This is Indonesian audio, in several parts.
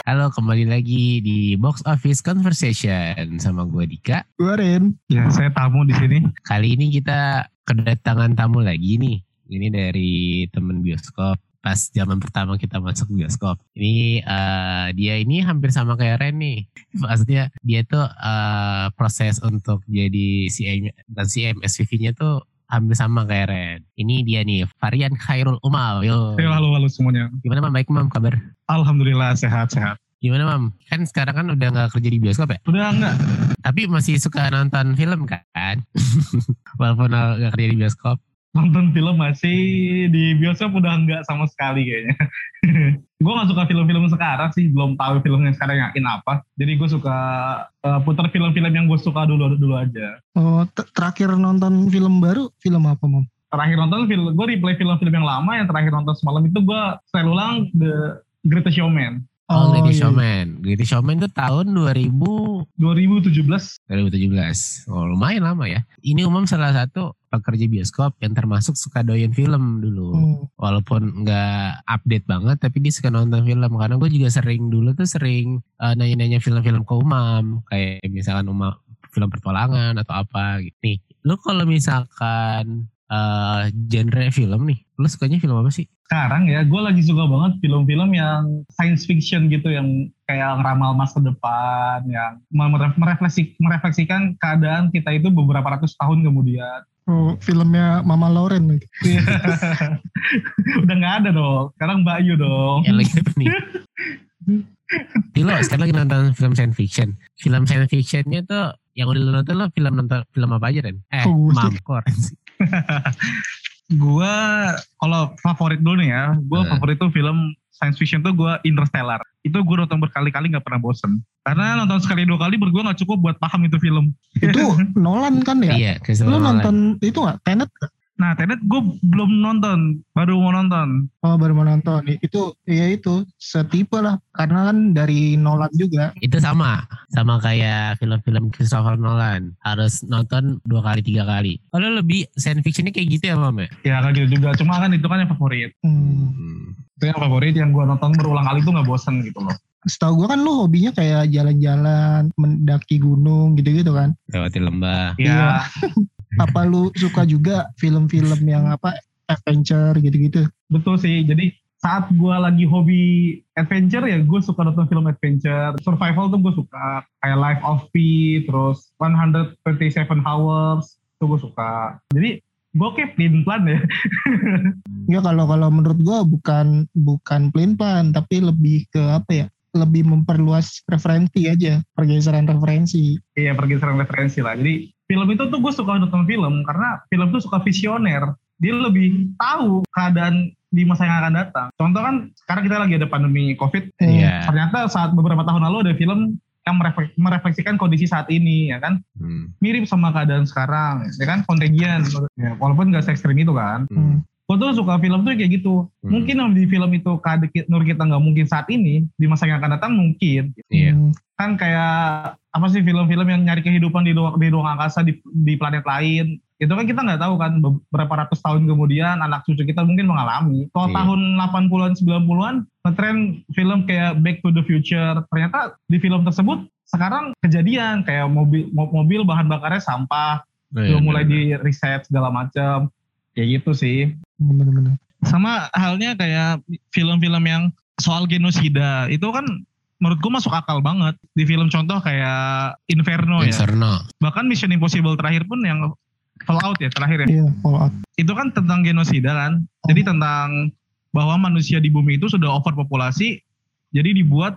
Halo, kembali lagi di Box Office Conversation sama gue Dika. Gue Ren. Ya, saya tamu di sini. Kali ini kita kedatangan tamu lagi nih. Ini dari temen bioskop. Pas zaman pertama kita masuk bioskop. Ini dia ini hampir sama kayak Ren nih. Maksudnya dia tuh proses untuk jadi CM dan CMSVV-nya tuh hampir sama kayak Ren. Ini dia nih, Varian Khairul Umal. Yo. Halo semuanya. Gimana Mam? Baik Mam, kabar? Alhamdulillah sehat-sehat. Gimana Mam? Kan sekarang kan udah gak kerja di bioskop ya? Udah enggak? Tapi masih suka nonton film kan? Walaupun gak kerja di bioskop. Nonton film masih, di bioskop udah enggak sama sekali kayaknya. Gue gak suka film-film sekarang sih, belum tahu film yang sekarang yakin apa. Jadi gue suka putar film-film yang gue suka dulu aja. Oh, terakhir nonton film baru, film apa Mam? Terakhir nonton film, gue replay film-film yang lama, yang terakhir nonton semalam itu gue selalu ulang The Greatest Showman. Greatest iya. Showman. Greatest Showman itu tahun 2017. 2017. Oh, lumayan lama ya. Ini Umam salah satu pekerja bioskop yang termasuk suka doyan film dulu. Walaupun nggak update banget, tapi dia suka nonton film. Karena gue juga sering nanya-nanya film-film ke Umam. Kayak misalkan Umam film petualangan atau apa gitu. Nih, lu kalau misalkan genre film nih, lu sukanya film apa sih? Sekarang ya, gue lagi suka banget film-film yang science fiction gitu, yang kayak ngeramal masa depan, yang merefleksikan keadaan kita itu beberapa ratus tahun kemudian. Oh, filmnya Mama Lauren. Udah gak ada dong, sekarang Mbak Yu dong. Yang lagi apa nih? Lo sekarang lagi nonton film science fiction. Film science fictionnya tuh yang udah lo nonton film apa aja Ren? Mam, kok Ren sih? Gue kalau favorit dulu nih ya, gue favorit tuh film science fiction tuh gue Interstellar. Itu gue nonton berkali-kali gak pernah bosen. Karena nonton sekali dua kali menurut gue gak cukup buat paham itu film. Itu Nolan kan ya? Iya, lu nonton itu gak? Tenet gak? Nah, Tenet gue belum nonton, baru mau nonton. Oh, baru mau nonton. Itu setipe lah, karena kan dari Nolan juga. Itu sama kayak film-film Christopher Nolan. Harus nonton 2 kali 3 kali. Kalau lebih science fictionnya kayak gitu ya Mam ya? Ya kayak gitu juga, cuma kan itu kan yang favorit. Itu yang favorit, yang gue nonton berulang kali itu gak bosen gitu loh. Setahu gue kan lu hobinya kayak jalan-jalan, mendaki gunung gitu-gitu kan? Lewati lembah. Iya. Apa lu suka juga film-film yang adventure gitu-gitu? Betul sih, jadi saat gue lagi hobi adventure ya gue suka nonton film adventure. Survival tuh gue suka, kayak Life of Pi, terus 127 Hours tuh gue suka. Jadi gue kayak plan ya. Ya kalau menurut gue bukan plan, tapi lebih ke lebih memperluas referensi aja, pergeseran referensi. Iya, pergeseran referensi lah. Jadi film itu tuh gue suka nonton film karena film tuh suka visioner. Dia lebih tahu keadaan di masa yang akan datang. Contoh kan sekarang kita lagi ada pandemi COVID. Ternyata saat beberapa tahun lalu ada film yang merefleksikan kondisi saat ini, ya kan? Mirip sama keadaan sekarang, ya kan? Contagion. Ya, walaupun nggak se-ekstrim itu kan. Gue tuh suka film tuh kayak gitu. Mungkin di film itu menurut kita nggak mungkin saat ini, di masa yang akan datang mungkin. Kan kayak apa sih film-film yang nyari kehidupan di ruang angkasa di planet lain. Itu kan kita nggak tahu kan beberapa ratus tahun kemudian anak cucu kita mungkin mengalami. Kalau tahun 80-an 90-an ngetren film kayak Back to the Future. Ternyata di film tersebut sekarang kejadian kayak mobil bahan bakarnya sampah. Mulai di riset segala macam. Kayak gitu sih. Bener-bener. Sama halnya kayak film-film yang soal genosida. Itu kan menurut gue masuk akal banget. Di film contoh kayak Inferno. Ya. Bahkan Mission Impossible terakhir pun yang Fallout ya terakhir ya. Iya, Fallout. Itu kan tentang genosida kan. Jadi tentang bahwa manusia di bumi itu sudah overpopulasi. Jadi dibuat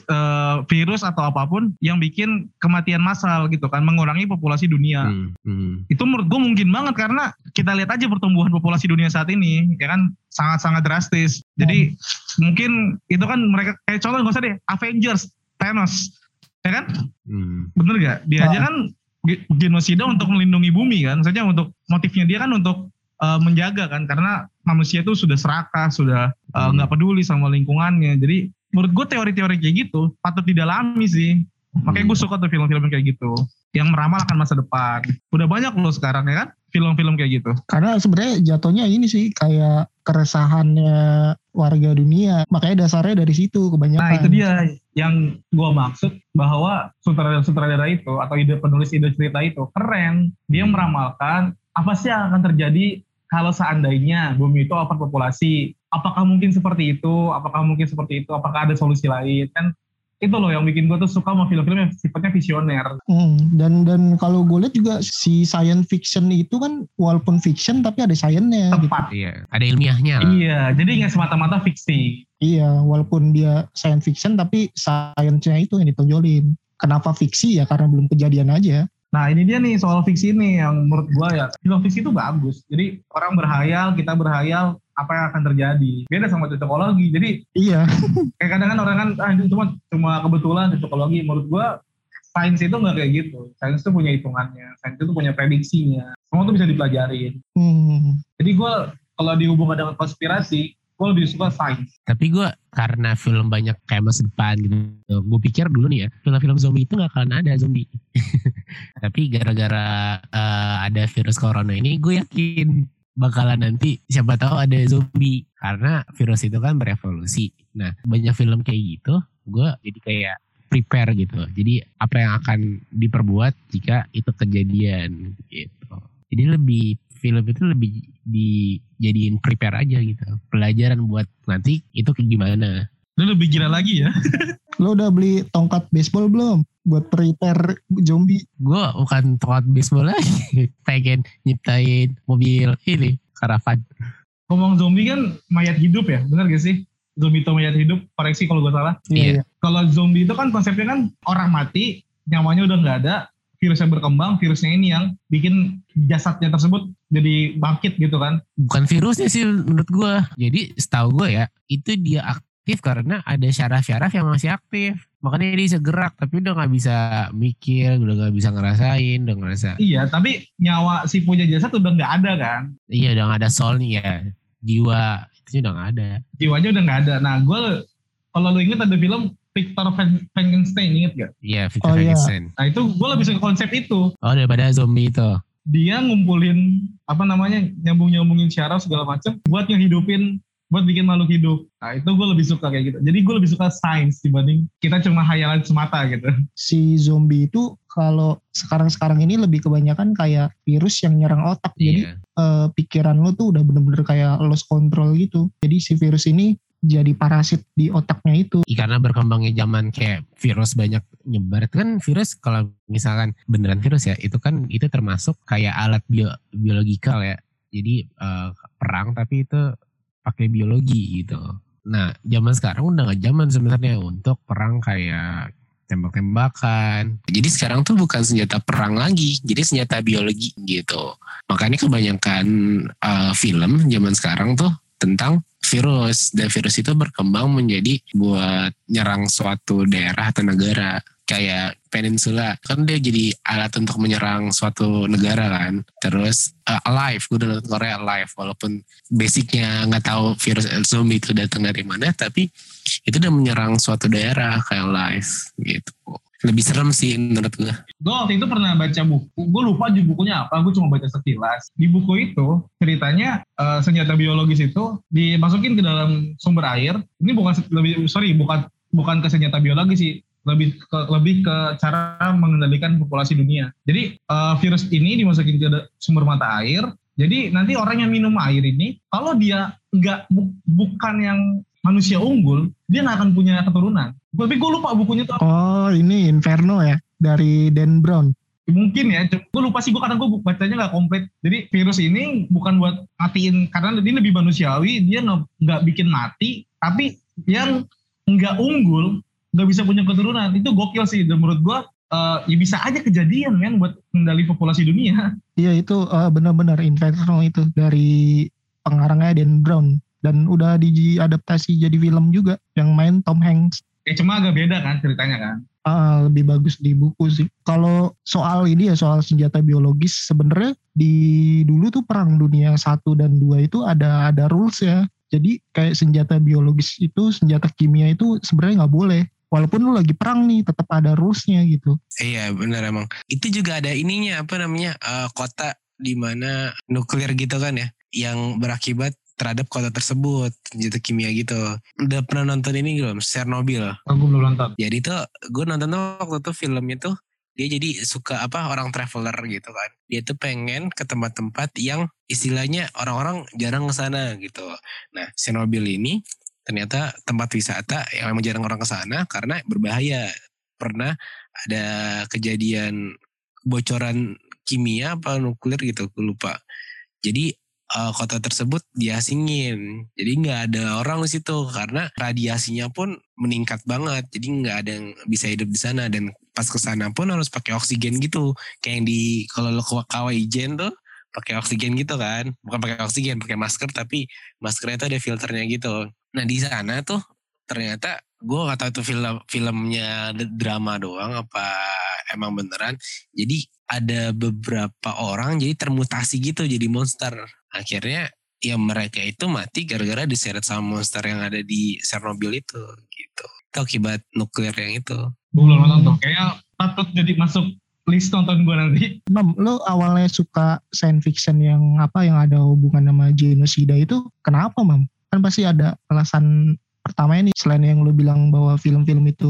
virus atau apapun yang bikin kematian massal gitu kan, mengurangi populasi dunia. Itu menurut gue mungkin banget karena kita lihat aja pertumbuhan populasi dunia saat ini, ya kan sangat-sangat drastis. Jadi mungkin itu kan mereka kayak contoh gak usah deh, Avengers, Thanos, ya kan? Bener gak? Dia aja kan genosida untuk melindungi bumi kan, maksudnya untuk motifnya dia kan untuk menjaga kan, karena manusia itu sudah serakah, sudah nggak peduli sama lingkungannya. Jadi menurut gue teori-teori kayak gitu patut didalami sih. Makanya gue suka tuh film-film kayak gitu yang meramal akan masa depan. Udah banyak loh sekarang ya kan film-film kayak gitu. Karena sebenarnya jatuhnya ini sih kayak keresahannya warga dunia. Makanya dasarnya dari situ kebanyakan. Nah itu dia yang gue maksud, bahwa sutradara itu atau penulis ide cerita itu keren. Dia meramalkan apa sih yang akan terjadi kalau seandainya bumi itu overpopulasi. Apakah mungkin seperti itu? Apakah mungkin seperti itu? Apakah ada solusi lain? Kan itu loh yang bikin gue tuh suka sama film-film yang sifatnya visioner. Dan kalau gue lihat juga si science fiction itu kan walaupun fiction tapi ada science-nya. Tepat. Gitu. Iya, ada ilmiahnya. Iya, jadi nggak semata-mata fiksi. Iya, walaupun dia science fiction tapi science-nya itu yang ditonjolin. Kenapa fiksi ya? Karena belum kejadian aja. Nah ini dia nih soal fiksi nih yang menurut gue ya, film fiksi itu bagus. Jadi orang berhayal, kita berhayal apa yang akan terjadi. Beda sama cocokologi. Jadi iya. Kayak kadang kan orang kan itu cuma kebetulan cocokologi. Menurut gue sains itu nggak kayak gitu. Sains itu punya hitungannya. Sains itu punya prediksinya. Semua itu bisa dipelajarin. Jadi gue kalau dihubungkan dengan konspirasi, gue lebih suka sains. Tapi gue karena film banyak kayak masa depan gitu, gue pikir dulu nih ya, film-film zombie itu gak akan ada zombie. Tapi gara-gara ada virus corona ini, gue yakin bakalan nanti siapa tahu ada zombie. Karena virus itu kan berevolusi. Nah banyak film kayak gitu, gue jadi kayak prepare gitu. Jadi apa yang akan diperbuat jika itu kejadian gitu. Jadi film itu lebih dijadiin prepare aja gitu. Pelajaran buat nanti itu kayak gimana. Lu lebih gila lagi ya. Lo udah beli tongkat baseball belum? Buat prepare zombie. Gue bukan tongkat baseball lagi. Pengen nyiptain mobil ini, karavan. Ngomong zombie kan mayat hidup ya, benar gak sih? Zombie itu mayat hidup, koreksi kalau gue salah. Iya. Kalau zombie itu kan konsepnya kan orang mati, nyawanya udah gak ada, virusnya berkembang, virusnya ini yang bikin jasadnya tersebut jadi bangkit gitu kan. Bukan virusnya sih menurut gue. Jadi setahu gue ya, itu dia aktif karena ada syaraf-syaraf yang masih aktif. Makanya dia bisa gerak, tapi udah gak bisa mikir, udah gak bisa ngerasain, udah ngerasa. Iya, tapi nyawa si punya jasad udah gak ada kan. Iya, udah gak ada soulnya ya. Jiwa itu udah gak ada. Jiwanya udah gak ada. Nah gue, kalau lu inget ada film Victor Frankenstein, inget gak? Iya, Victor Frankenstein. Nah itu gue lebih suka konsep itu. Oh, daripada zombie itu. Dia ngumpulin nyambung-nyambungin syaraf segala macam buat ngehidupin, buat bikin makhluk hidup. Nah itu gue lebih suka kayak gitu. Jadi gue lebih suka sains dibanding kita cuma hayalan semata gitu. Si zombie itu kalau sekarang ini lebih kebanyakan kayak virus yang nyerang otak. Jadi pikiran lo tuh udah bener-bener kayak lost control gitu. Jadi si virus ini jadi parasit di otaknya itu. Karena berkembangnya zaman kayak virus banyak nyebar. Itu kan virus kalau misalkan beneran virus ya, itu kan itu termasuk kayak alat biologikal ya. Jadi perang tapi itu pakai biologi gitu. Nah zaman sekarang udah gak zaman sebenarnya untuk perang kayak tembak-tembakan. Jadi sekarang tuh bukan senjata perang lagi, jadi senjata biologi gitu. Makanya kebanyakan film zaman sekarang tuh tentang virus, dan virus itu berkembang menjadi buat nyerang suatu daerah atau negara. Kayak Peninsula kan dia jadi alat untuk menyerang suatu negara kan. Terus Alive, gue udah nonton Korea Alive, walaupun basicnya nggak tahu virus zombie itu datang dari mana, tapi itu udah menyerang suatu daerah kayak Alive gitu. Lebih serem sih menurut gue. Gue waktu itu pernah baca buku, gue lupa bukunya apa, gue cuma baca sekilas. Di buku itu ceritanya senjata biologis itu dimasukin ke dalam sumber air. Ini bukan ke senjata biologis sih, lebih ke cara mengendalikan populasi dunia. Jadi virus ini dimasukin ke sumber mata air. Jadi nanti orang yang minum air ini, kalau dia bukan yang manusia unggul, dia nggak akan punya keturunan. Tapi gue lupa bukunya tuh. Oh ini Inferno ya, dari Dan Brown. Mungkin ya, gue lupa sih, karena gue bacanya nggak komplit. Jadi virus ini bukan buat matiin, karena dia lebih manusiawi, dia nggak bikin mati, tapi yang nggak unggul, nggak bisa punya keturunan. Itu gokil sih, dan menurut gue ya bisa aja kejadian kan buat mengendali populasi dunia. Iya itu benar-benar Inferno itu dari pengarangnya Dan Brown. Dan udah diadaptasi jadi film juga yang main Tom Hanks. Cuma agak beda kan ceritanya kan. Lebih bagus di buku sih. Kalau soal ini ya, soal senjata biologis, sebenarnya dulu tuh perang dunia 1 dan 2 itu ada rules ya. Jadi kayak senjata biologis itu, senjata kimia itu sebenarnya nggak boleh. Walaupun lu lagi perang nih, tetap ada rulesnya gitu. Iya benar emang. Itu juga ada ininya, apa namanya, kota di mana nuklir gitu kan ya, yang berakibat terhadap kota tersebut, senjata kimia gitu. Udah pernah nonton ini belum? Chernobyl. Aku belum nonton. Jadi tuh gue nonton tuh waktu itu filmnya tuh dia jadi suka orang traveler gitu kan. Dia tuh pengen ke tempat-tempat yang istilahnya orang-orang jarang ke sana gitu. Nah, Chernobyl ini ternyata tempat wisata yang memang jarang orang ke sana karena berbahaya. Pernah ada kejadian bocoran kimia apa nuklir gitu, gue lupa. Jadi kota tersebut diasingin, jadi nggak ada orang di situ karena radiasinya pun meningkat banget, jadi nggak ada yang bisa hidup di sana. Dan pas ke sana pun harus pakai oksigen gitu, kayak yang di kalau lo ke Kawaijen tuh pakai oksigen gitu kan, bukan pakai oksigen, pakai masker tapi maskernya itu ada filternya gitu. Nah di sana tuh ternyata gue nggak tahu itu filmnya drama doang apa emang beneran. Jadi ada beberapa orang jadi termutasi gitu jadi monster. Akhirnya ya mereka itu mati gara-gara diseret sama monster yang ada di Chernobyl itu gitu. Itu akibat nuklir yang itu. Gue belum nonton tuh. Kayaknya patut jadi masuk list nonton gue nanti. Mam, lo awalnya suka science fiction yang ada hubungan sama genosida itu kenapa, Mam? Kan pasti ada alasan pertamanya nih, selain yang lo bilang bahwa film-film itu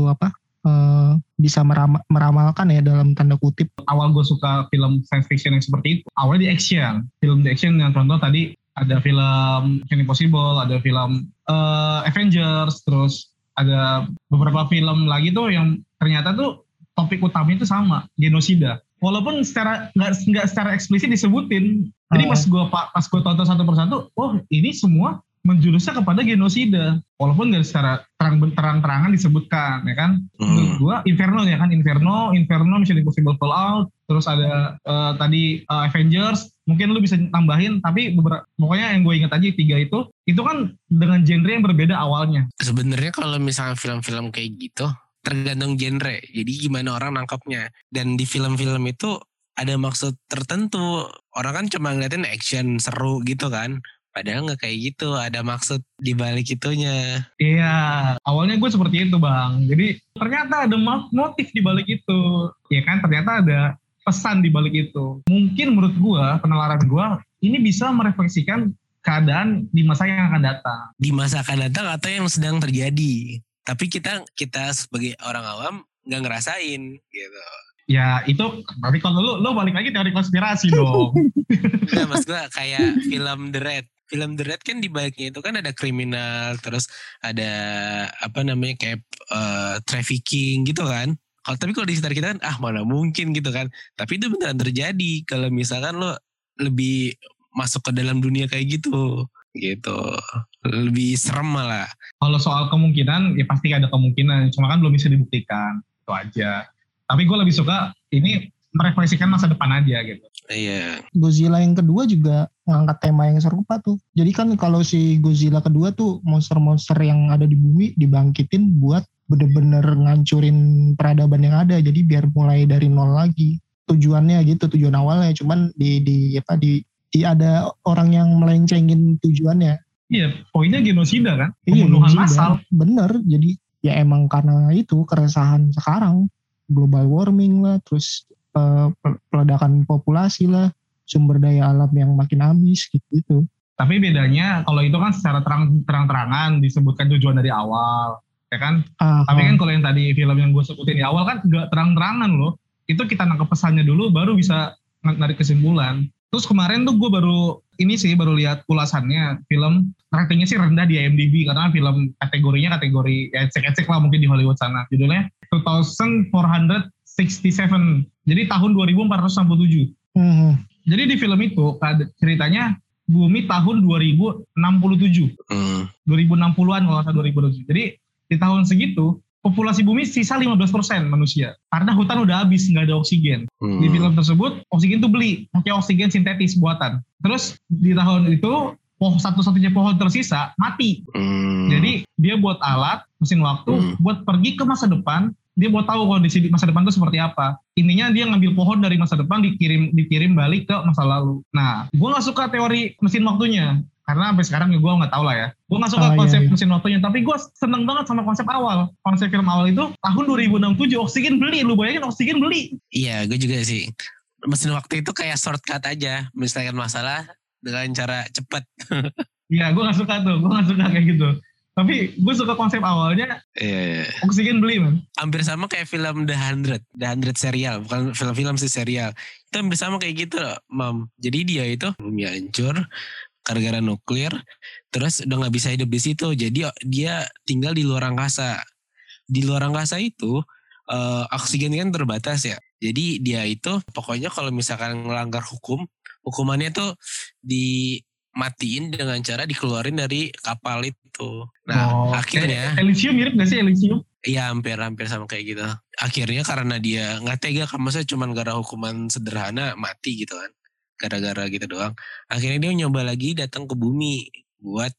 bisa meramalkan ya dalam tanda kutip. Awal gue suka film science fiction yang seperti itu, awalnya di action. Film di action yang contoh tadi ada film Mission Impossible, ada film Avengers, terus ada beberapa film lagi tuh yang ternyata tuh topik utamanya itu sama, genosida. Walaupun nggak secara eksplisit disebutin. Jadi pas gue tonton satu persatu, oh ini semua menjurusnya kepada genosida, walaupun nggak secara terang-terangan disebutkan, ya kan? Menurut gua Inferno ya kan, Inferno, Mission Impossible Fallout, terus ada tadi Avengers, mungkin lu bisa tambahin, tapi pokoknya yang gue ingat aja 3 itu kan dengan genre yang berbeda awalnya. Sebenarnya kalau misalnya film-film kayak gitu, tergantung genre, jadi gimana orang nangkapnya. Dan di film-film itu ada maksud tertentu, orang kan cuma ngeliatin action seru gitu kan. Padahal nggak kayak gitu, ada maksud di balik itunya. Iya, awalnya gue seperti itu Bang. Jadi ternyata ada motif di balik itu. Ya kan, ternyata ada pesan di balik itu. Mungkin menurut gue, penalaran gue, ini bisa merefleksikan keadaan di masa yang akan datang. Di masa akan datang atau yang sedang terjadi. Tapi kita sebagai orang awam nggak ngerasain gitu. Ya itu, tapi kalau lu balik lagi teori konspirasi dong. Enggak, mas gue kayak film The Raid. Film The Raid kan di baliknya itu kan ada kriminal, terus ada kayak trafficking gitu kan. Tapi kalau di sekitar kita kan mana mungkin gitu kan. Tapi itu beneran terjadi kalau misalkan lo lebih masuk ke dalam dunia kayak gitu. Lebih serem malah. Kalau soal kemungkinan ya pasti ada kemungkinan, cuma kan belum bisa dibuktikan. Itu aja. Tapi gue lebih suka ini merefleksikan masa depan aja gitu. Iya. Godzilla yang kedua juga ngangkat tema yang serupa tuh. Jadi kan kalau si Godzilla kedua tuh monster-monster yang ada di bumi dibangkitin buat bener-bener ngancurin peradaban yang ada. Jadi biar mulai dari nol lagi. Tujuannya gitu, tujuan awalnya. Cuman di ada orang yang melencengin tujuannya. Iya, poinnya genosida kan? Pembunuhan massal. Bener, jadi ya emang karena itu keresahan sekarang. Global warming lah, terus peledakan populasi lah, sumber daya alam yang makin habis gitu. Tapi bedanya kalau itu kan secara terang-terangan disebutkan tujuan dari awal, ya kan? Tapi kan kalau yang tadi film yang gue sebutin di awal kan gak terang-terangan loh. Itu kita nangkep pesannya dulu baru bisa narik kesimpulan. Terus kemarin tuh gue baru lihat ulasannya, film ratingnya sih rendah di IMDb karena film kategori ya cek-cek lah mungkin di Hollywood sana. Judulnya 2467. Jadi tahun 2467. Jadi di film itu ceritanya bumi tahun 2067. 2060-an kalau nggak salah 2067. Jadi di tahun segitu populasi bumi sisa 15% manusia. Karena hutan udah habis, nggak ada oksigen. Di film tersebut oksigen tuh beli, pakai oksigen sintetis buatan. Terus di tahun itu satu-satunya pohon tersisa mati. Jadi dia buat alat mesin waktu buat pergi ke masa depan. Dia buat tahu kondisi di masa depan itu seperti apa. Intinya dia ngambil pohon dari masa depan dikirim balik ke masa lalu. Nah, gue nggak suka teori mesin waktunya karena sampai sekarang gue nggak tahu lah ya. Gue nggak suka konsep mesin waktunya, tapi gue seneng banget sama konsep awal. Konsep film awal itu tahun 2067 oksigen beli. Lu bayangin oksigen beli? Iya, gue juga sih. Mesin waktu itu kayak shortcut aja, menyelesaikan masalah dengan cara cepat. Iya, gue gak suka tuh. Gue gak suka kayak gitu. Tapi gue suka konsep awalnya. Oksigen beli, man. Hampir sama kayak film The 100. The 100 serial. Bukan film-film sih, serial. Itu hampir sama kayak gitu loh, Mam. Jadi dia itu bumi hancur gara-gara nuklir. Terus udah gak bisa hidup di situ. Jadi dia tinggal di luar angkasa. Di luar angkasa itu oksigen kan terbatas ya. Jadi dia itu pokoknya kalau misalkan melanggar hukumannya tuh dimatiin dengan cara dikeluarin dari kapal itu. Nah akhirnya Elysium mirip gak sih Elysium? Iya hampir sama kayak gitu. Akhirnya karena dia gak tega kan, maksudnya cuma gara hukuman sederhana mati gitu kan. Gara-gara gitu doang. Akhirnya dia nyoba lagi datang ke bumi buat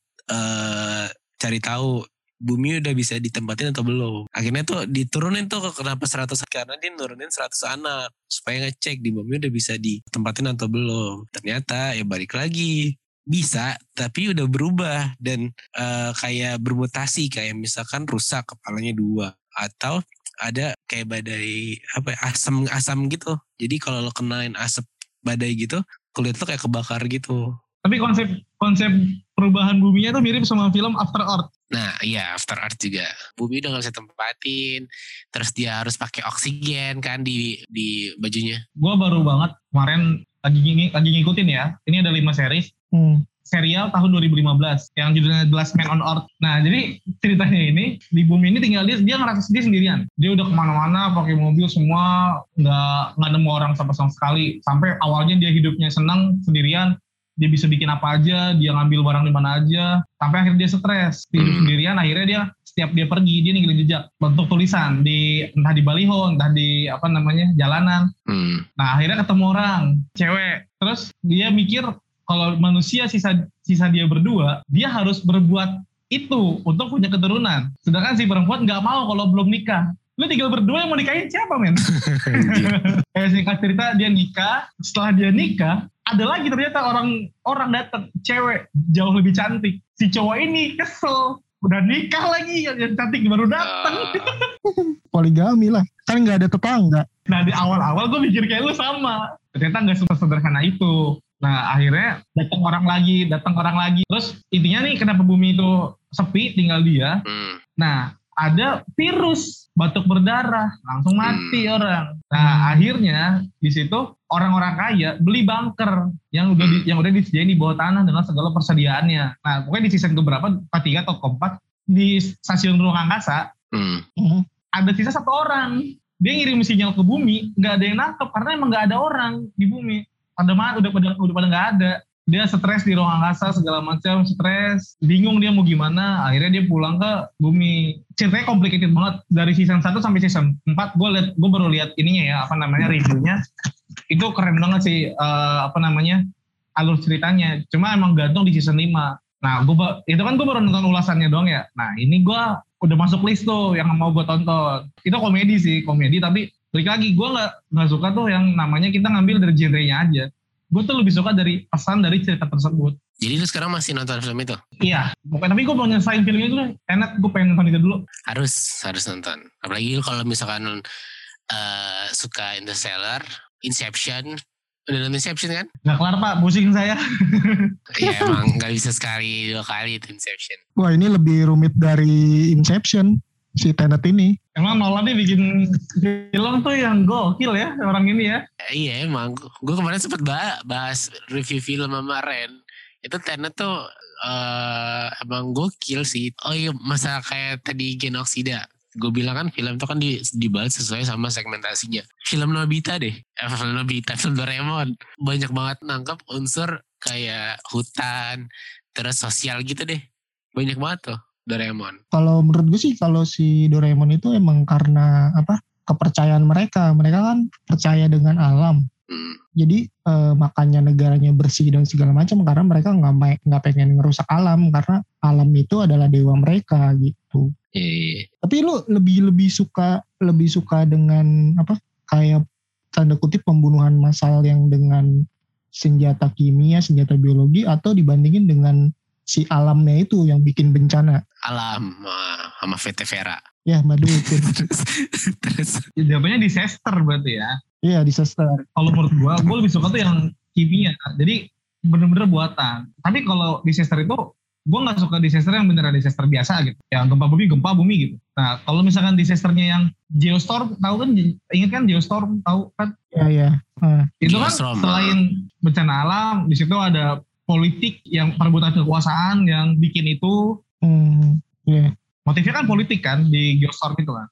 cari tahu bumi udah bisa ditempatin atau belum. Akhirnya tuh diturunin tuh kenapa 100, karena dia nurunin 100 anak supaya ngecek di bumi udah bisa ditempatin atau belum. Ternyata ya balik lagi bisa, tapi udah berubah dan kayak bermutasi, kayak misalkan rusak kepalanya 2 atau ada kayak badai asam gitu. Jadi kalau lo kenain asap badai gitu, kulit lo kayak kebakar gitu. Tapi konsep perubahan buminya tuh mirip sama film After Earth. Nah iya, After Earth juga. Bumi udah gak bisa tempatin. Terus dia harus pakai oksigen kan di bajunya. Gue baru banget kemarin lagi ngikutin ya. Ini ada 5 series. Serial tahun 2015 yang judulnya The Last Man on Earth. Nah jadi ceritanya ini di bumi ini tinggal dia ngerasa sendirian. Dia udah kemana-mana pakai mobil semua, nggak nemu orang sama sekali. Sampai awalnya dia hidupnya senang sendirian. Dia bisa bikin apa aja, dia ngambil barang di mana aja, sampai akhirnya dia stres, hidup sendirian. Akhirnya dia setiap dia pergi dia ninggalin jejak bentuk tulisan entah di baliho, entah di jalanan. Nah akhirnya ketemu orang cewek, terus dia mikir kalau manusia sisa dia berdua, dia harus berbuat itu untuk punya keturunan. Sedangkan si perempuan nggak mau kalau belum nikah. Lu tinggal berdua, yang mau nikahin siapa, men? Singkat cerita dia nikah. Setelah dia nikah, ada lagi ternyata orang datang, cewek jauh lebih cantik. Si cowok ini kesel, udah nikah lagi, yang cantik baru datang. Poligami lah, kan nggak ada tetangga. Nah di awal-awal gue mikir kayak lu sama. Ternyata nggak sederhana itu. Nah akhirnya datang orang lagi. Terus intinya nih kenapa bumi itu sepi, tinggal dia. Nah ada virus batuk berdarah, langsung mati orang. Nah akhirnya di situ orang-orang kaya beli bunker yang udah disediain di bawah tanah dengan segala persediaannya. Nah pokoknya di season keberapa, ketiga atau keempat, di stasiun ruang angkasa ada sisa 1 orang. Dia ngirim sinyal ke bumi, nggak ada yang nangkep karena emang nggak ada orang di bumi. Udah pada nggak ada. Dia stres di ruang angkasa segala macam, stres, bingung dia mau gimana. Akhirnya dia pulang ke bumi. Ceritanya complicated banget dari season 1 sampai season 4. Gue baru lihat ininya ya, reviewnya. Itu keren banget sih alur ceritanya. Cuma emang gantung di season 5. Nah, itu kan gue baru nonton ulasannya doang ya. Nah, ini gue udah masuk list tuh yang mau gue tonton. Itu komedi tapi balik lagi gue nggak suka tuh yang namanya kita ngambil dari genrenya aja. Gue tuh lebih suka dari pesan dari cerita tersebut. Jadi lu sekarang masih nonton film itu? Iya, tapi gue mau nyelesain filmnya dulu. Tenet, gue pengen nonton itu dulu. Harus nonton. Apalagi lu kalau misalkan suka Interstellar, Inception. Udah nonton Inception kan? Gak kelar pak, pusing saya. Iya emang gak bisa sekali 2 kali itu Inception. Wah ini lebih rumit dari Inception, si Tenet ini. Emang Nolan nih bikin film tuh yang gokil ya, orang ini ya. Iya emang, gue kemarin sempet bahas review film sama Ren. Itu Tenet tuh emang gokil sih. Oh iya, masa kayak tadi Genoksida. Gue bilang kan film itu kan dibalas sesuai sama segmentasinya. Film Nobita deh. Film Doraemon. Banyak banget nangkep unsur kayak hutan, terus sosial gitu deh. Banyak banget tuh Doraemon. Kalau menurut gue sih, kalau si Doraemon itu emang karena kepercayaan mereka. Mereka kan percaya dengan alam. Jadi makanya negaranya bersih dan segala macam karena mereka nggak pengen ngerusak alam karena alam itu adalah dewa mereka gitu. Tapi lu lebih suka dengan kayak tanda kutip pembunuhan massal yang dengan senjata kimia, senjata biologi atau dibandingin dengan si alamnya itu yang bikin bencana? Alam sama VT Vera. Ya, madu itu. Terus jawabannya disaster berarti ya. Iya, disaster. Kalau menurut gue lebih suka tuh yang kimia. Jadi bener-bener buatan. Tapi kalau disaster itu gue nggak suka disaster yang beneran disaster biasa gitu, yang gempa bumi gitu. Nah kalau misalkan disasternya yang geostorm, tahu kan, ingat kan geostorm, tahu kan? Iya. Itu kan Geostorm, selain bencana alam, di situ ada politik yang perebutan kekuasaan yang bikin itu. Iya. Motifnya kan politik kan di geostorm itu kan.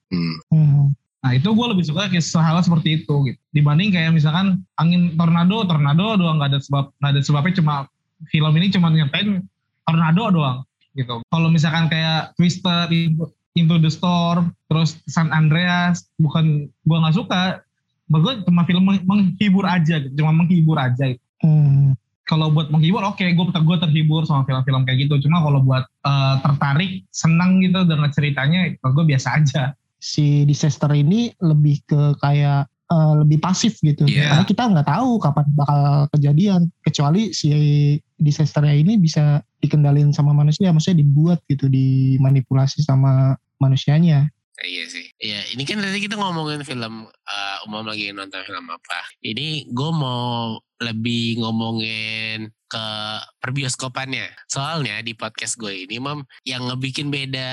Nah itu gue lebih suka hal seperti itu gitu, dibanding kayak misalkan angin tornado doang, nggak ada sebabnya, cuma film ini cuma nyertain tornado doang gitu. Kalau misalkan kayak Twister, Into the Storm, terus San Andreas, bukan gue nggak suka, gue cuma film menghibur aja gitu, gitu. Kalau buat menghibur oke, gue terhibur sama film-film kayak gitu. Cuma kalau buat tertarik, senang gitu dengan ceritanya, gue biasa aja. Si disaster ini lebih ke kayak lebih pasif gitu. Karena kita nggak tahu kapan bakal kejadian, kecuali si disasternya ini bisa dikendalin sama manusia, maksudnya dibuat gitu, dimanipulasi sama manusianya. Iya sih. Iya, ini kan tadi kita ngomongin film, umum lagi nonton film apa. Ini gue mau lebih ngomongin ke perbioskopannya. Soalnya di podcast gue ini, Mam, yang ngebikin beda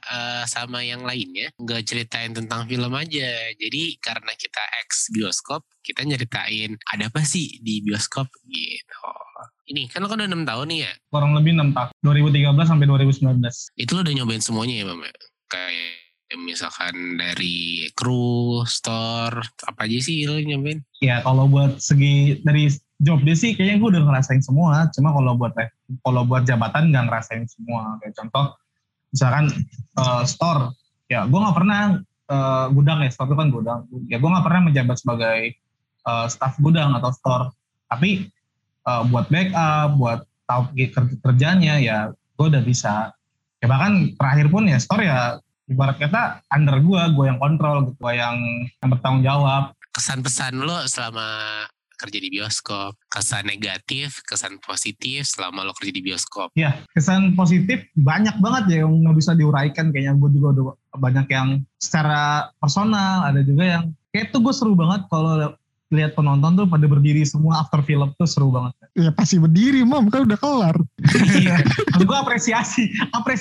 sama yang lainnya, nggak ceritain tentang film aja. Jadi karena kita ex bioskop, kita nyeritain ada apa sih di bioskop gitu. Ini kan lo kan udah 6 tahun nih ya? Kurang lebih 6 tahun, 2013 sampai 2019. Itu lo udah nyobain semuanya ya, Mam? Kayak misalkan dari kru, store, apa aja sih lo nyobain? Ya kalau buat segi dari job desk sih kayaknya gue udah ngerasain semua. Cuma kalau buat jabatan nggak ngerasain semua. Kayak contoh misalkan store, ya gue nggak pernah gudang ya, store itu kan gudang. Ya gue nggak pernah menjabat sebagai staff gudang atau store. Tapi buat backup, buat tahu kerjanya ya gue udah bisa. Ya bahkan terakhir pun ya store ya ibarat kata under gue yang kontrol gitu, gue yang bertanggung jawab. Kesan-pesan lo selama kerja di bioskop, kesan negatif, kesan positif selama lo kerja di bioskop. Ya, kesan positif banyak banget ya yang nggak bisa diuraikan. Kayaknya gue juga udah banyak yang secara personal, ada juga yang kayak tuh gue seru banget kalau lihat penonton tuh pada berdiri semua after film, tuh seru banget. Ya pasti berdiri, Mam, kan udah kelar. Iya, gue apresiasi.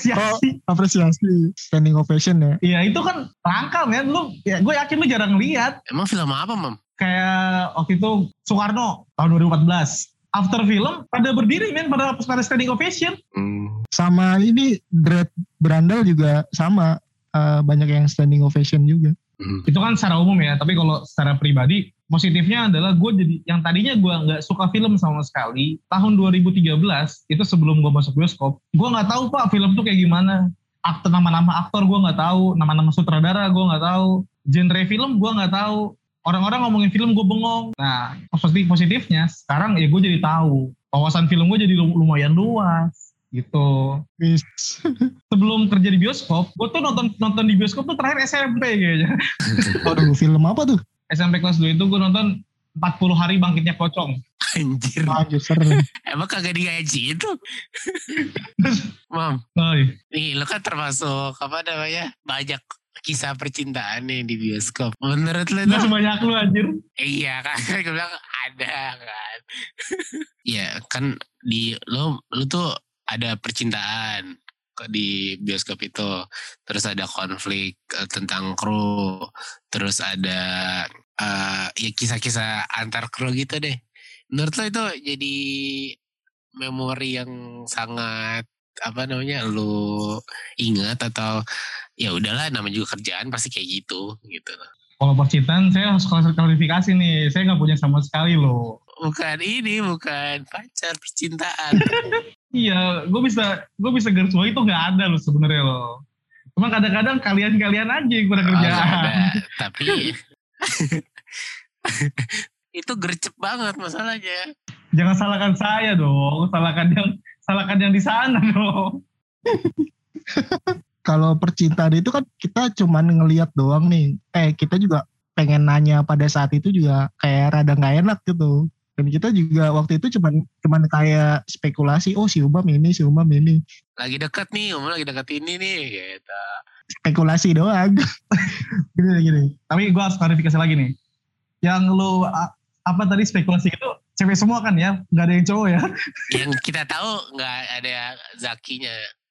Standing ovation ya. Iya, itu kan langka men, lu ya gue yakin lu jarang lihat. Emang film apa, Mam? Kayak waktu itu Soekarno tahun 2014. After film pada berdiri men, pada standing ovation. Sama ini Dread Berandal juga sama, banyak yang standing ovation juga. Itu kan secara umum ya, tapi kalau secara pribadi positifnya adalah gue jadi yang tadinya gue nggak suka film sama sekali, tahun 2013 itu sebelum gue masuk bioskop, gue nggak tahu Pak film tuh kayak gimana, nama-nama aktor gue nggak tahu, nama-nama sutradara gue nggak tahu, genre film gue nggak tahu, orang-orang ngomongin film gue bengong. Nah positifnya sekarang ya gue jadi tahu, wawasan film gue jadi lumayan luas gitu. Sebelum kerja di bioskop, gue tuh nonton di bioskop tuh terakhir SMP kayaknya. Waduh, film apa tuh? SMP kelas 2 itu gue nonton 40 hari bangkitnya pocong. Anjir. Seru. Emang kagak digaji itu? Mam, nih lo kan termasuk apa namanya, banyak kisah percintaan nih di bioskop. Menurut lo itu? Gak sebanyak lu anjir. Iya kan, gue bilang ada kan. Iya kan, di lo tuh ada percintaan di bioskop itu, terus ada konflik tentang kru, terus ada ya kisah-kisah antar kru gitu deh. Menurut lo itu jadi memori yang sangat apa namanya lo ingat, atau ya udahlah namanya juga kerjaan pasti kayak gitu. Kalau percintaan saya harus klarifikasi nih, saya nggak punya sama sekali loh. Bukan pacar, percintaan. Iya, gue bisa garis bawah itu nggak ada loh sebenarnya loh. Cuma kadang-kadang kalian aja yang pada kerjaan. Ada, tapi itu gercep banget masalahnya. Jangan salahkan saya dong, salahkan yang di sana dong. Kalau percintaan itu kan kita cuman ngelihat doang nih. Kita juga pengen nanya pada saat itu juga kayak rada nggak enak gitu. Dan kita juga waktu itu cuman kayak spekulasi, oh si Umam ini. Lagi dekat nih, lagi dekat ini nih, gitu. Spekulasi doang. Gini. Tapi gue harus klarifikasi lagi nih. Yang lo apa tadi spekulasi itu cewek semua kan ya, nggak ada yang cowok ya. Yang kita tahu nggak ada Zakinya.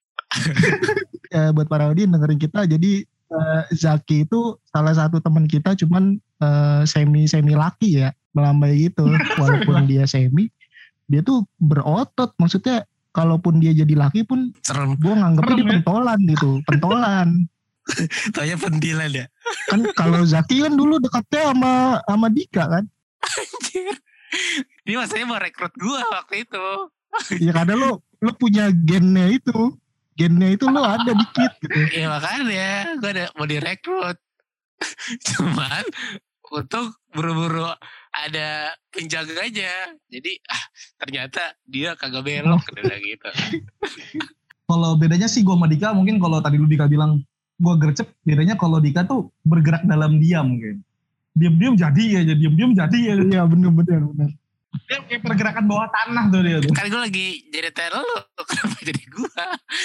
Buat para audiens dengerin kita, jadi Zaki itu salah satu teman kita, cuman semi laki ya, melambai gitu. Walaupun dia semi, dia tuh berotot. Maksudnya kalaupun dia jadi laki pun, gue nganggepnya dia pentolan gitu, pentolan. Taunya pentilan ya. Kan kalau Zaki kan dulu dekatnya sama Dika kan. Anjir. Ini masanya mau rekrut gue waktu itu. Ya kadang lo punya gennya itu lo ada dikit gitu. Iya makanya gue mau direkrut. Cuman untuk buru-buru ada penjaganya. Jadi ternyata dia kagak belok kayak gitu. Kalau bedanya sih gue sama Dika, mungkin kalau tadi lu Dika bilang gue gercep, bedanya kalau Dika tuh bergerak dalam diam gitu. Diam-diam jadi aja, diam-diam jadi aja. Iya bener. Dia kayak pergerakan bawah tanah tuh dia tuh. Kan gue lagi jadi teror lu, kenapa jadi gue?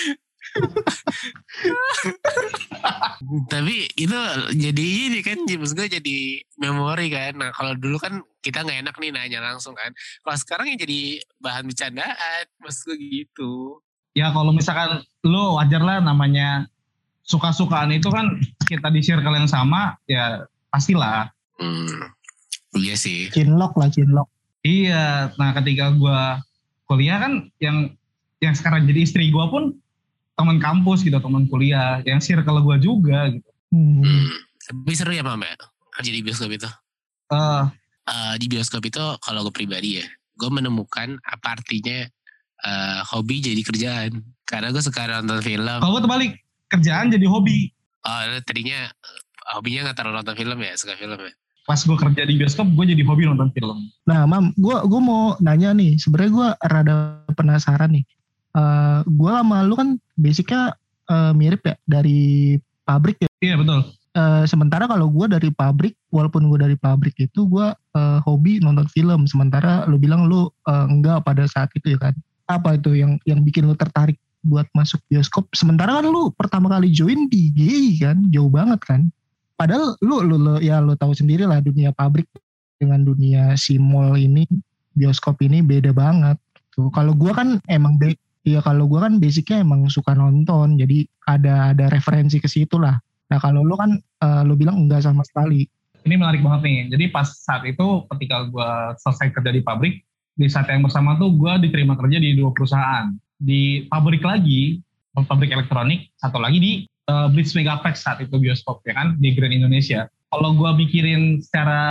Tapi itu jadi ini kan, maksud gue jadi memori kan. Nah kalau dulu kan kita gak enak nih nanya langsung kan. Kalau sekarang yang jadi bahan bercandaan, maksud gue gitu. Ya kalau misalkan lu wajar lah, namanya suka-sukaan itu kan kita di circle yang sama, ya pastilah. Iya sih. Cinlok. Iya, nah ketika gue kuliah kan yang sekarang jadi istri gue pun teman kampus gitu, teman kuliah, yang circle gue juga gitu. Tapi seru ya Mama kerja di bioskop itu? Di bioskop itu kalau gue pribadi ya, gue menemukan apa artinya hobi jadi kerjaan. Karena gue suka nonton film. Kalau gue terbalik, kerjaan jadi hobi. Tadinya hobinya gak terlalu nonton film ya, suka film ya? Pas gue kerja di bioskop, gue jadi hobi nonton film. Nah, Mam, gue mau nanya nih. Sebenarnya gue rada penasaran nih. Gue sama lu kan basicnya mirip ya, dari pabrik ya. Iya betul. Sementara kalau gue dari pabrik, walaupun gue dari pabrik itu gue hobi nonton film. Sementara lu bilang lu enggak pada saat itu ya kan. Apa itu yang bikin lu tertarik buat masuk bioskop? Sementara kan lu pertama kali join di GI kan, jauh banget kan. Padahal lu tahu sendiri lah, dunia pabrik dengan dunia si mall ini, bioskop ini beda banget. Tuh, kalau gue kan kalau gue kan basicnya emang suka nonton, jadi ada referensi ke situ lah. Nah kalau lu kan lu bilang enggak sama sekali. Ini menarik banget nih. Jadi pas saat itu ketika gue selesai kerja di pabrik, di saat yang bersama tuh gue diterima kerja di 2 perusahaan. Di pabrik lagi, pabrik elektronik, satu lagi di Blitz Megaplex saat itu bioskop ya kan, di Grand Indonesia. Kalau gue mikirin secara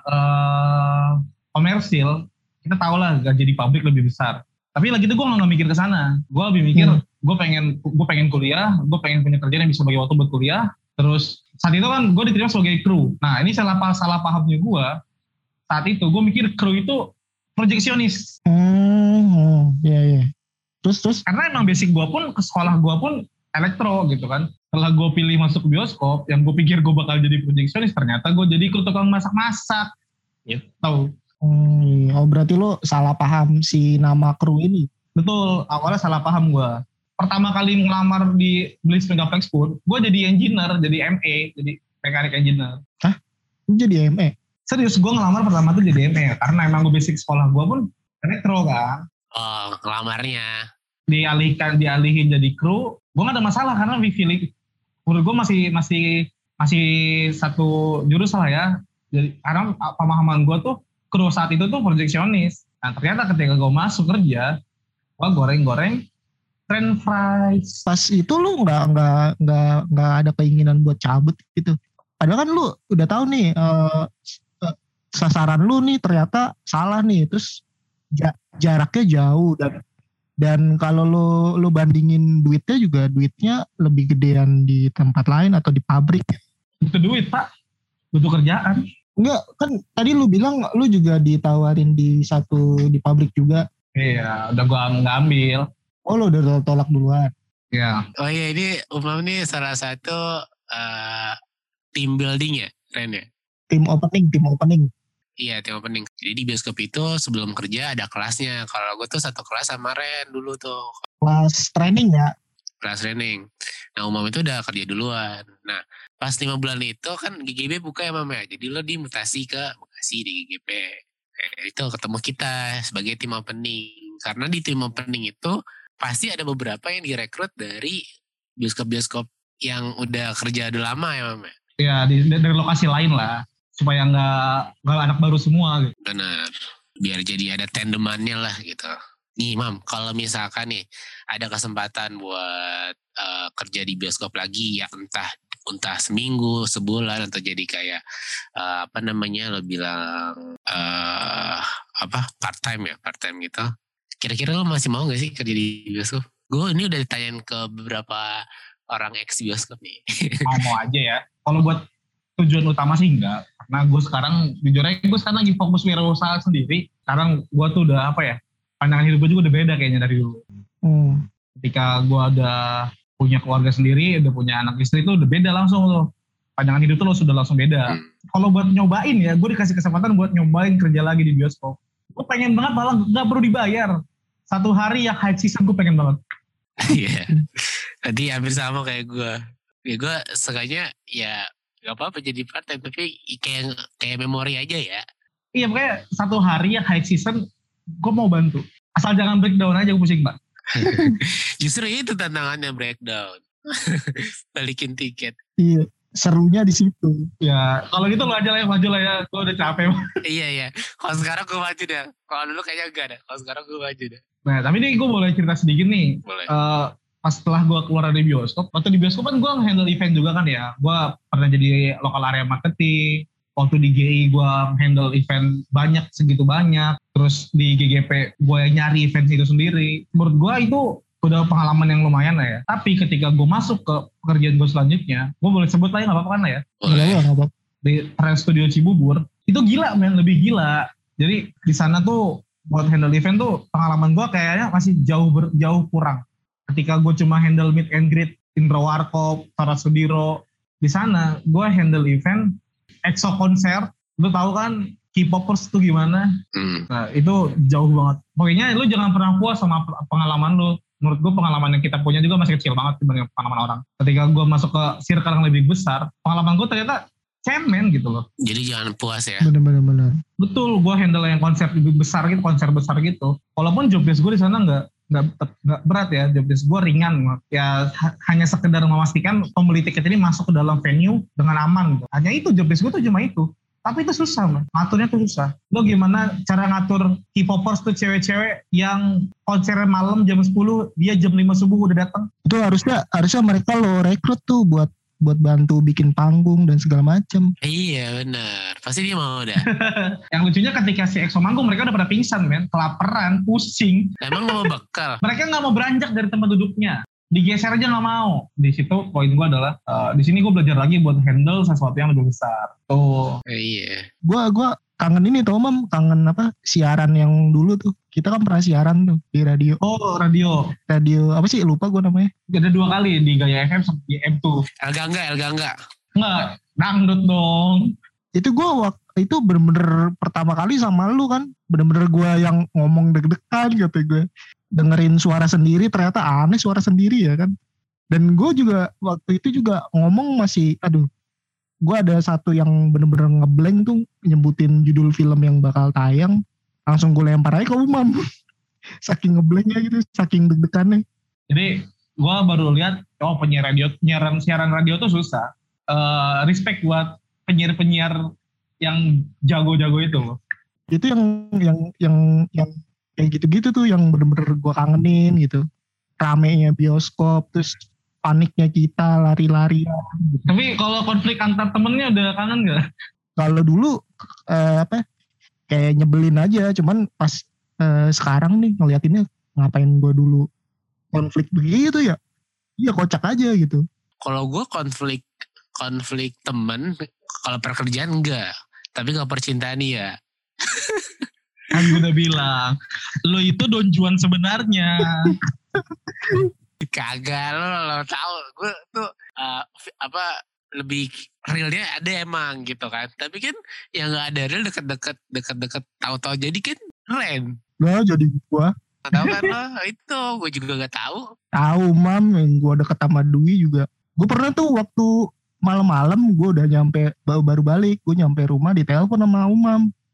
komersil, kita tahu lah gaji di pabrik lebih besar. Tapi lagi itu gue nggak mikir ke sana. Gue lebih mikir gue pengen kuliah, gue pengen punya kerjaan yang bisa bagi waktu buat kuliah. Terus saat itu kan gue diterima sebagai kru. Nah ini salah pahamnya gue. Saat itu gue mikir kru itu projeksionis. Iya. Terus? Karena emang basic gue pun, ke sekolah gue pun elektro gitu kan. Setelah gue pilih masuk bioskop, yang gue pikir gue bakal jadi projeksionis, ternyata gue jadi kru tukang masak-masak. Gitu. Oh berarti lo salah paham si nama kru ini? Betul, awalnya salah paham gue. Pertama kali ngelamar di Blitz Megaplex pun, gue jadi engineer, jadi ME, jadi mekanik engineer. Hah? Jadi ME? Serius, gue ngelamar pertama tuh jadi ME, karena emang gue basic sekolah gue pun elektro kan. Oh, ngelamarnya. Dialihin jadi kru, gue gak ada masalah karena menurut gue masih satu jurusan lah ya. Jadi karena pemahaman gue tuh kru saat itu tuh projeksionis. Nah ternyata ketika gue masuk kerja, gue goreng french fries. Pas itu lu nggak ada keinginan buat cabut gitu. Padahal kan lu udah tahu nih sasaran lu nih ternyata salah nih. Terus jaraknya jauh dan kalau lu bandingin duitnya lebih gedean di tempat lain atau di pabrik. Butuh duit pak, butuh kerjaan. Enggak, kan tadi lu bilang lu juga ditawarin di pabrik juga. Iya, udah gua nggak ambil. Oh lu udah tolak duluan. Iya. Oh iya, ini Umam ini salah satu team building ya, Ren ya? Tim opening. Iya, tim opening. Jadi di bioskop itu sebelum kerja ada kelasnya. Kalau gue tuh satu kelas sama Ren dulu tuh. Kelas training ya? Kelas training. Nah Umam itu udah kerja duluan. Nah pas 5 bulan itu kan GGB buka ya Mam ya. Jadi lo dimutasi ke Bekasi di GGB. itu ketemu kita sebagai tim opening. Karena di tim opening itu pasti ada beberapa yang direkrut dari bioskop-bioskop yang udah kerja udah lama ya Mam. Ya dari lokasi lain lah, supaya nggak anak baru semua gitu. Benar, biar jadi ada tandemannya lah gitu. Nih Mam, kalau misalkan nih ada kesempatan buat kerja di bioskop lagi ya entah seminggu, sebulan, atau jadi kayak lo bilang part time gitu. Kira-kira lo masih mau gak sih kerja di bioskop? Gue ini udah ditanyain ke beberapa orang ex bioskop nih. Mau aja ya. Kalau buat tujuan utama sih enggak. Karena gue sekarang, jujur aja gue sekarang lagi fokus wirausaha sendiri. Sekarang gue tuh udah pandangan hidup gue juga udah beda kayaknya dari dulu. Ketika gue udah punya keluarga sendiri, udah punya anak istri tuh udah beda langsung tuh. Pandangan hidup tuh lo sudah langsung beda. Kalau buat nyobain ya, gue dikasih kesempatan buat nyobain kerja lagi di bioskop. Gue pengen banget malah gak perlu dibayar. 1 hari yang high season gue pengen banget. Iya. Tadi hampir sama kayak gue. Ya gue sukanya ya gak apa-apa jadi part time, tapi kayak memori aja ya. Iya, makanya 1 hari yang high season gue mau bantu. Asal jangan breakdown aja, gue pusing Mbak. Justru itu tantangannya, breakdown. Balikin tiket. Iya, serunya di situ. Ya, kalau gitu lo aja lah, maju lah ya. Gue udah capek. Iya. Kalau sekarang gue maju dah. Kalau dulu kayaknya enggak dah. Kalau sekarang gue maju dah. Nah, tapi nih gue boleh cerita sedikit nih. Boleh. Pas setelah gue keluar dari bioskop, waktu di bioskop kan gue handle event juga kan ya. Gue pernah jadi local area marketing. Waktu di GI gue handle event banyak, segitu banyak. Terus di GGP gue nyari event itu sendiri. Menurut gue itu udah pengalaman yang lumayan lah ya. Tapi ketika gue masuk ke pekerjaan gue selanjutnya, gue boleh sebut lah ya, gak apa-apa kan lah ya. Boleh. Gak apa-apa. Di Trans Studio Cibubur, itu gila men, lebih gila. Jadi di sana tuh buat handle event tuh pengalaman gue kayaknya masih jauh kurang. Ketika gue cuma handle meet and greet Indra Warkop, Trans Studio, di sana gue handle event EXO konser. Lu tahu kan K-popers tuh gimana? Nah, itu jauh banget. Pokoknya lu jangan pernah puas sama pengalaman lu. Menurut gue pengalaman yang kita punya juga masih kecil banget dibanding pengalaman orang. Ketika gue masuk ke circle yang lebih besar, pengalaman gue ternyata cemen gitu loh. Jadi jangan puas ya. Bener. Betul, gue handle yang konser besar gitu, konser besar gitu. Walaupun jobdesk gue di sana nggak berat ya, jobdesk gue ringan. Ya hanya sekedar memastikan pembeli tiket ini masuk ke dalam venue dengan aman. Gitu. Hanya itu jobdesk gue tuh cuma itu. Tapi itu susah, man. Ngaturnya tuh susah. Lo gimana cara ngatur K-popers tuh cewek-cewek yang konser malam jam 10, dia jam 5 subuh udah datang? Itu harusnya mereka lo rekrut tuh buat bantu bikin panggung dan segala macem. Iya benar, pasti dia mau dah. Yang lucunya ketika si EXO manggung mereka udah pada pingsan, men, kelaparan, pusing. Emang gak mau bekal? Mereka nggak mau beranjak dari tempat duduknya. Digeser aja nggak mau. Di situ poin gue adalah di sini gue belajar lagi buat handle sesuatu yang lebih besar. Tuh. Iya. Gue kangen ini tau Mam, kangen siaran yang dulu tuh. Kita kan pernah siaran tuh di radio. Oh, radio. Radio apa sih, lupa gue namanya. Ada 2 kali di Gaya FM sama di M2. Elga enggak. Enggak, dangdut dong. Itu gue waktu itu bener-bener pertama kali sama lu kan. Bener-bener gue yang ngomong deg-degan gitu gue. Dengerin suara sendiri, ternyata aneh suara sendiri ya kan. Dan gue juga waktu itu juga ngomong masih, gue ada satu yang bener-bener ngeblank tuh, nyebutin judul film yang bakal tayang, langsung gue lempar aja ke Umam. Saking ngeblanknya gitu, saking deg-degannya. Jadi gue baru lihat, penyiar radio, siaran radio tuh susah. Respect buat penyiar-penyiar yang jago-jago itu loh. Itu yang kayak gitu-gitu tuh yang bener-bener gue kangenin gitu. Ramenya bioskop, terus paniknya kita lari-larian. Gitu. Tapi kalau konflik antar temennya udah kangen gak? Kalau dulu kayak nyebelin aja, cuman pas sekarang nih ngeliatinnya ngapain gue dulu konflik begitu ya? Iya kocak aja gitu. Kalau gue konflik temen, kalau pekerjaan enggak, tapi kalau percintaan iya. Kan gue udah bilang, lo itu Don Juan sebenarnya. Kagak, lo tahu gue tuh lebih realnya ada emang gitu kan. Tapi kan yang nggak ada real deket-deket tahu-tahu jadi kan keren. Nah jadi gue tahu kan lo itu gue juga nggak tahu. Tahu Mam, yang gue deket sama Dwi juga. Gue pernah tuh waktu malam-malam gue udah nyampe baru balik, gue nyampe rumah ditelepon sama Umam.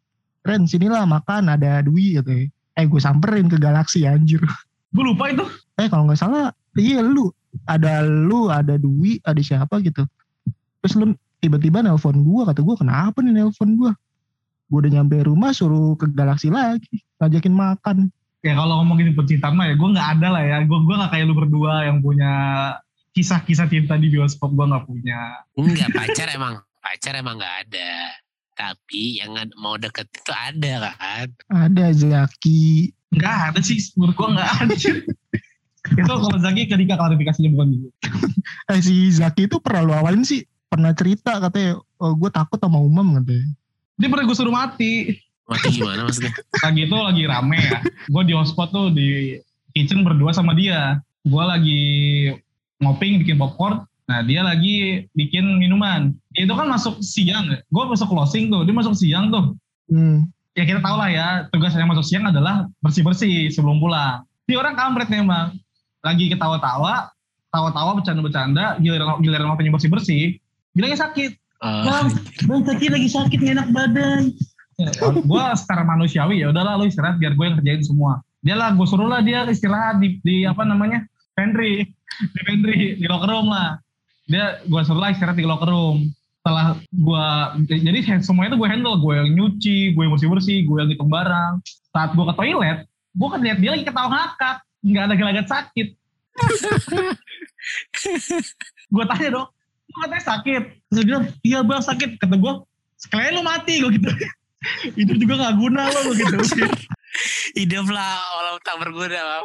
Ren sinilah makan ada Dwi gitu. Gue samperin ke Galaxy anjir. Gue lupa itu. Kalau nggak salah, iya lu ada Dwi, ada siapa gitu. Terus lu tiba-tiba nelpon gue, kata gue kenapa nih nelpon gue? Gue udah nyampe rumah suruh ke Galaxy lagi, ngajakin makan. Ya kalau ngomongin percintaan mah ya gue nggak ada lah ya. Gue nggak kayak lu berdua yang punya kisah-kisah cinta di bioskop. Gue nggak punya. Enggak, pacar emang nggak ada. Tapi yang mau deket itu ada kan? Ada Zaki. Nggak ada sih, menurut gue nggak ada. Itu kalau Zaki ketika klarifikasinya bukan gitu. Si Zaki itu pernah lu awalin sih, pernah cerita katanya, gue takut sama Umam katanya. Dia pernah gue suruh mati. Mati gimana maksudnya? Lagi rame ya. Gue di hotspot tuh di kitchen berdua sama dia. Gue lagi ngoping bikin popcorn. Nah dia lagi bikin minuman. Dia itu kan masuk siang. Gue masuk closing tuh. Dia masuk siang tuh. Ya kita tau lah ya. Tugasnya masuk siang adalah bersih-bersih sebelum pulang. Dia orang kampret memang. Lagi ketawa-tawa. Bercanda-bercanda. Giliran waktunya bersih-bersih. Bilangnya sakit. Bang sakit, lagi sakit, gak enak badan. Gue secara manusiawi ya udahlah lu istirahat biar gue yang kerjain semua. Dia lah gue suruh lah dia istirahat di apa namanya pantry di locker room lah. Gue suruh lah istirahat di locker room. Setelah gue jadi semuanya itu gue handle, gue yang nyuci, gue yang bersih, gue yang ngitung barang. Saat gue ke toilet, gue kan lihat dia lagi ketawa ngakak, nggak ada gelagat sakit. Gue tanya dong, lu katanya sakit? Terus dia bilang, iya bang sakit. Kata gue, sekalian lu mati gue gitu. Hidup juga gak guna lo gitu. Hidup lah walau tak berguna Mam.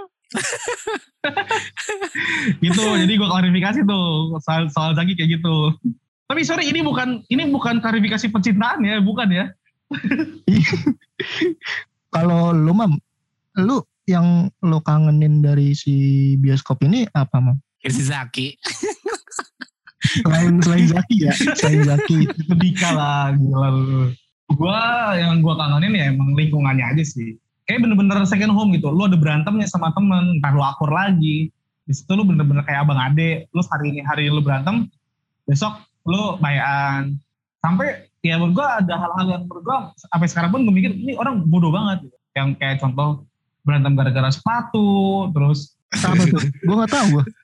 Gitu, jadi gue klarifikasi tuh soal Zaki kayak gitu. Tapi sorry ini bukan klarifikasi percintaan ya, bukan ya. Kalau lu Mam, lu yang lu kangenin dari si bioskop ini apa Mam? Si Zaki. Selain Zaki ya, selain Zaki itu Dika lah, gila lu. Yang gue kangenin ya emang lingkungannya aja sih. Kayak bener-bener second home gitu. Lu ada berantemnya sama temen, ntar lu akur lagi. Di situ lu bener-bener kayak abang ade. Lu hari ini lu berantem, besok lu bayan. Sampai ya menurut gue ada hal-hal yang menurut gue sampai sekarang pun gue mikir ini orang bodoh banget. Gitu. Yang kayak contoh berantem gara-gara sepatu, terus apa tuh? Gue nggak tahu gue.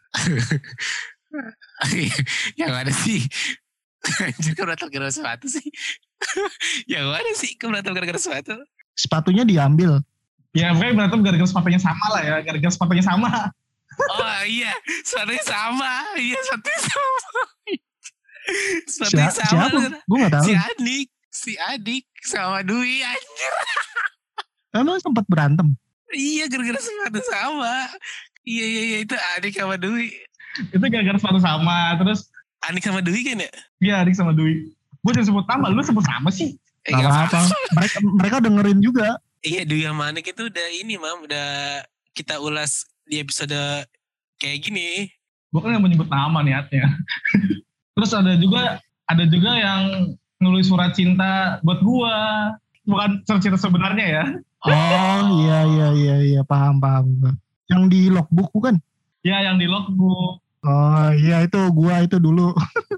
Yang ada sih. Anjir kan berantem gara-gara sepatu sih. Yang mana sih berantem gara-gara sepatu? Sepatunya diambil. Ya pokoknya berantem gara-gara sepatunya sama lah ya. Gara-gara sepatunya sama. Oh iya, sepatunya sama. Iya sepatunya sama. Sepatunya sama. Siapa? Gue gak tahu. Si Adik sama Dwi anjir. Emang sempat berantem? Iya gara-gara sepatu sama. Iya itu Adik sama Dwi. Itu gara-gara sepatu sama. Terus Adik sama Dwi kan ya? Iya Adik sama Dwi. Gue jangan sebut nama, lu sebut sama sih. Gak apa-apa. Mereka dengerin juga. Iya Dwi sama Adik itu udah ini Mam. Udah kita ulas di episode kayak gini. Gue kan gak menyebut nama niatnya. Terus ada juga yang nulis surat cinta buat gue. Bukan surat cinta sebenarnya ya. Oh iya paham. Yang di logbook bukan? Ya yang di logbook. Oh iya itu gua itu dulu.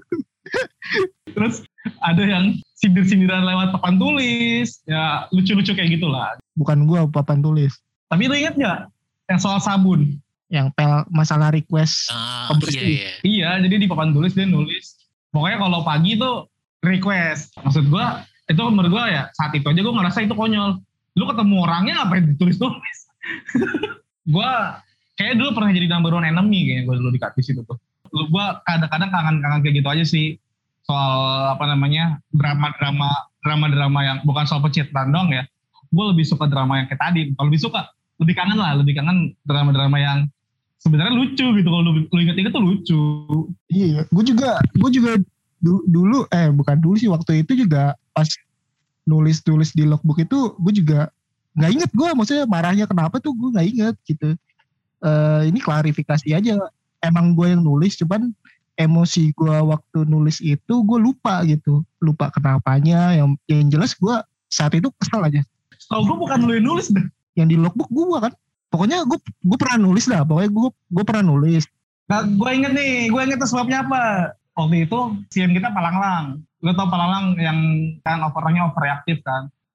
Terus ada yang sindir-sindiran lewat papan tulis. Ya lucu-lucu kayak gitulah. Bukan gua papan tulis. Tapi lu inget gak yang soal sabun? Yang masalah request pembersih. Iya jadi di papan tulis dia nulis. Pokoknya kalau pagi tuh request. Maksud gua itu menurut gua ya saat itu aja gua ngerasa itu konyol. Lu ketemu orangnya ngapain ditulis-tulis? Gua kayak dulu pernah jadi number one enemy kayaknya gue dulu di situ tuh. Gue kadang-kadang kangen kayak gitu aja sih. Soal apa namanya drama yang bukan soal pencitraan doang ya. Gue lebih suka drama yang kayak tadi. Kalau lebih kangen drama-drama yang sebenarnya lucu gitu. Kalau lu inget-inget tuh lucu. Iya, gue juga dulu bukan dulu sih waktu itu juga pas nulis di logbook itu gue juga nggak inget gue. Maksudnya marahnya kenapa tuh gue nggak inget gitu. Ini klarifikasi aja. Emang gue yang nulis, cuman emosi gue waktu nulis itu gue lupa gitu. Lupa kenapanya. Yang jelas gue saat itu kesel aja. Setahu gue bukan lu yang nulis deh. Yang di logbook gue kan. Pokoknya gue pernah nulis dah. Pokoknya gue pernah nulis. Nah, gue inget sebabnya apa. Waktu itu CM kita Palanglang. Lu tau Palanglang yang kan orangnya overreaktif kan.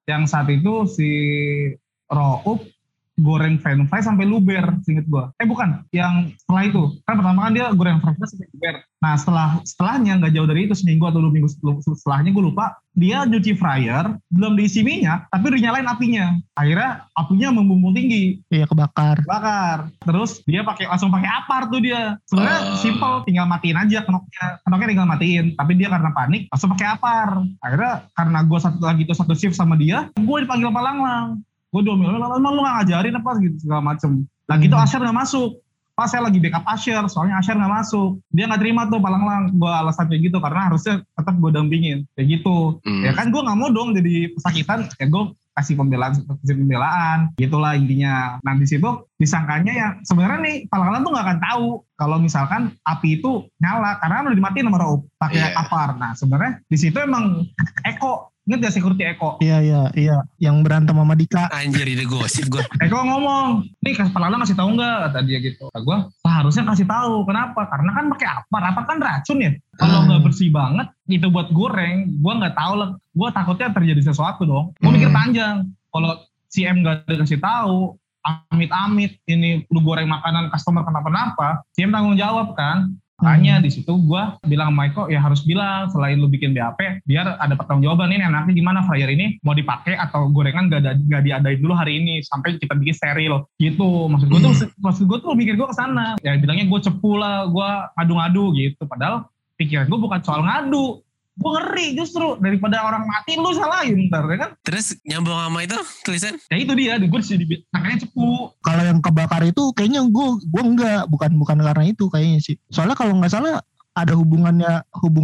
yang saat itu si Raup goreng french fries sampai luber, seinget gue. Bukan, yang setelah itu. Kan pertama kan dia goreng french fries sampai luber. Nah setelahnya nggak jauh dari itu, seminggu atau 2 minggu setelahnya gue lupa, dia nyuci fryer, belum diisi minyak, tapi udah nyalain apinya. Akhirnya apinya membumbung tinggi. Iya, kebakar. Terus dia langsung pakai apar tuh dia. Sebenarnya simple, tinggal matiin aja kenoknya tinggal matiin. Tapi dia karena panik langsung pakai apar. Akhirnya karena gue satu shift sama dia, gue dipanggil Palanglang. Gue diomelin, emang lu gak ngajarin apa gitu segala macem. Lagi itu Asher gak masuk. Pas saya lagi backup Asher, soalnya Asher gak masuk. Dia gak terima tuh Palanglang. Gue alasan kayak gitu, karena harusnya tetap gue dampingin. Kayak gitu. Ya kan gue gak mau dong jadi pesakitan, ya gue kasih pembelaan. Gitulah intinya. Nah di situ disangkanya yang sebenarnya nih Palanglang tuh gak akan tahu kalau misalkan api itu nyala, karena udah dimatiin sama Raup pakai apar. Nah sebenarnya di situ emang Eko. Ingat gak security Eko? Iya. Yang berantem sama Dika. Anjir, ide gosip gue. Eko ngomong, nih Palanglang ngasih tahu nggak? Kata dia gitu. Kata gue, harusnya kasih tahu. Kenapa? Karena kan pakai apar kan racun ya. Kalau nggak bersih banget, itu buat goreng, gue nggak tahu lah. Gue takutnya terjadi sesuatu dong. Gue mikir panjang. Kalau si M nggak dikasih tahu, amit-amit ini lu goreng makanan customer kenapa-napa, si M tanggung jawab kan. Makanya di situ gue bilang sama Eko, ya harus bilang selain lu bikin BAP, biar ada pertanggungjawaban ini nanti gimana fryer ini mau dipakai atau gorengan gak diadain dulu hari ini sampai kita bikin steril gitu. Maksud gue tuh mikir gue kesana, ya bilangnya gue cepu lah, gue ngadu-ngadu gitu. Padahal pikiran gue bukan soal ngadu. Gue ngeri justru daripada orang mati lu salahin ntar ya kan. Terus nyambung sama itu tulisan? Ya itu dia, gue makanya cepu. Kalau yang kebakar itu kayaknya gue enggak, bukan karena itu kayaknya sih. Soalnya kalau nggak salah ada hubungannya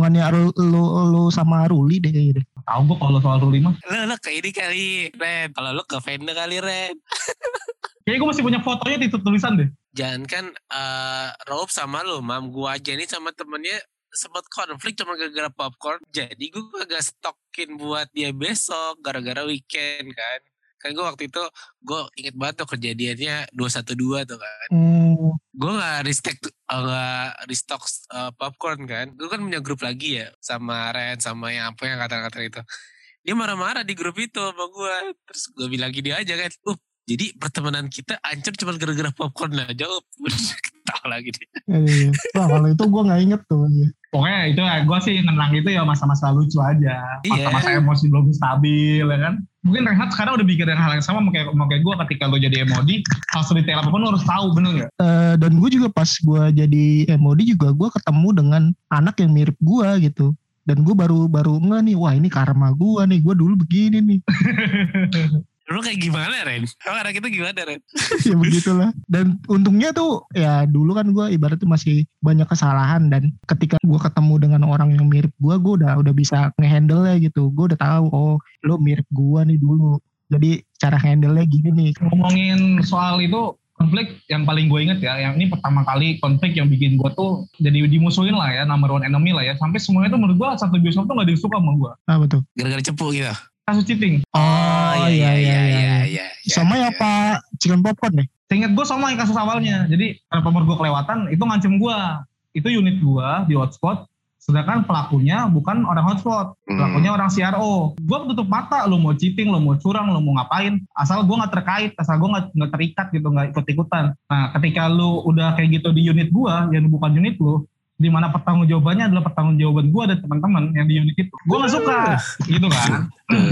lo sama Ruli deh kayaknya deh. Tahu gue kalau soal Ruli mah. Lo ke ini kali Ren, kalau lo ke Venda kali Ren. Kayaknya gue masih punya fotonya di tulisan deh. Jangan kan Raup sama lo, mam gue aja nih sama temennya sempat konflik cuma gara-gara popcorn. Jadi gue agak stokin buat dia besok gara-gara weekend kan. Kan gue waktu itu gue inget banget tuh kejadiannya 212 tuh kan. Gue gak restock popcorn kan. Gue kan punya grup lagi ya sama Ren sama yang apa yang kata-kata itu. Dia marah-marah di grup itu sama gue. Terus gue bilang gini aja kan. Jadi pertemanan kita hancur cuma gara-gara popcorn lah. Jawab. Tahu lagi dia. Wah kalau itu gue gak inget tuh. Pokoknya itu ya, gue sih ngenang itu ya masa-masa lucu aja. Masa-masa emosi belum stabil ya kan. Mungkin Rehat sekarang udah bikin hal yang sama kayak gue ketika lo jadi MOD, hal sedetail apapun lo harus tahu, bener gak? Dan gue juga pas gue jadi MOD juga gue ketemu dengan anak yang mirip gue gitu. Dan gue baru nggak nih, wah ini karma gue nih, gue dulu begini nih. Lu kayak gimana Ren? Anak itu gimana Ren? Ya begitulah. Dan untungnya tuh ya dulu kan gue ibaratnya masih banyak kesalahan. Dan ketika gue ketemu dengan orang yang mirip gue udah bisa ngehandle nya gitu. Gue udah tahu oh lo mirip gue nih dulu. Jadi cara handle-nya gini nih. Ngomongin soal itu konflik yang paling gue inget ya, yang ini pertama kali konflik yang bikin gue tuh jadi dimusuhin lah ya, number one enemy lah ya. Sampai semuanya tuh menurut gue satu bioskop tuh gak disuka sama gue. Betul. Gara-gara cepu gitu? Kasus cheating. Oh iya. Sama ya Pak Chicken Popcorn deh. Seinget gue sama yang kasus awalnya. Jadi karena pemur gue kelewatan, itu ngancem gue. Itu unit gue di hotspot. Sedangkan pelakunya bukan orang hotspot. Pelakunya orang CRO. Gue tutup mata, lo mau cheating, lo mau curang, lo mau ngapain. Asal gue gak terkait, asal gue gak terikat gitu, gak ikut-ikutan. Nah ketika lo udah kayak gitu di unit gue, yang bukan unit lo, di mana pertanggungjawabannya adalah pertanggungjawaban gue dan teman-teman yang di unit itu. Gue gak suka, gitu kan.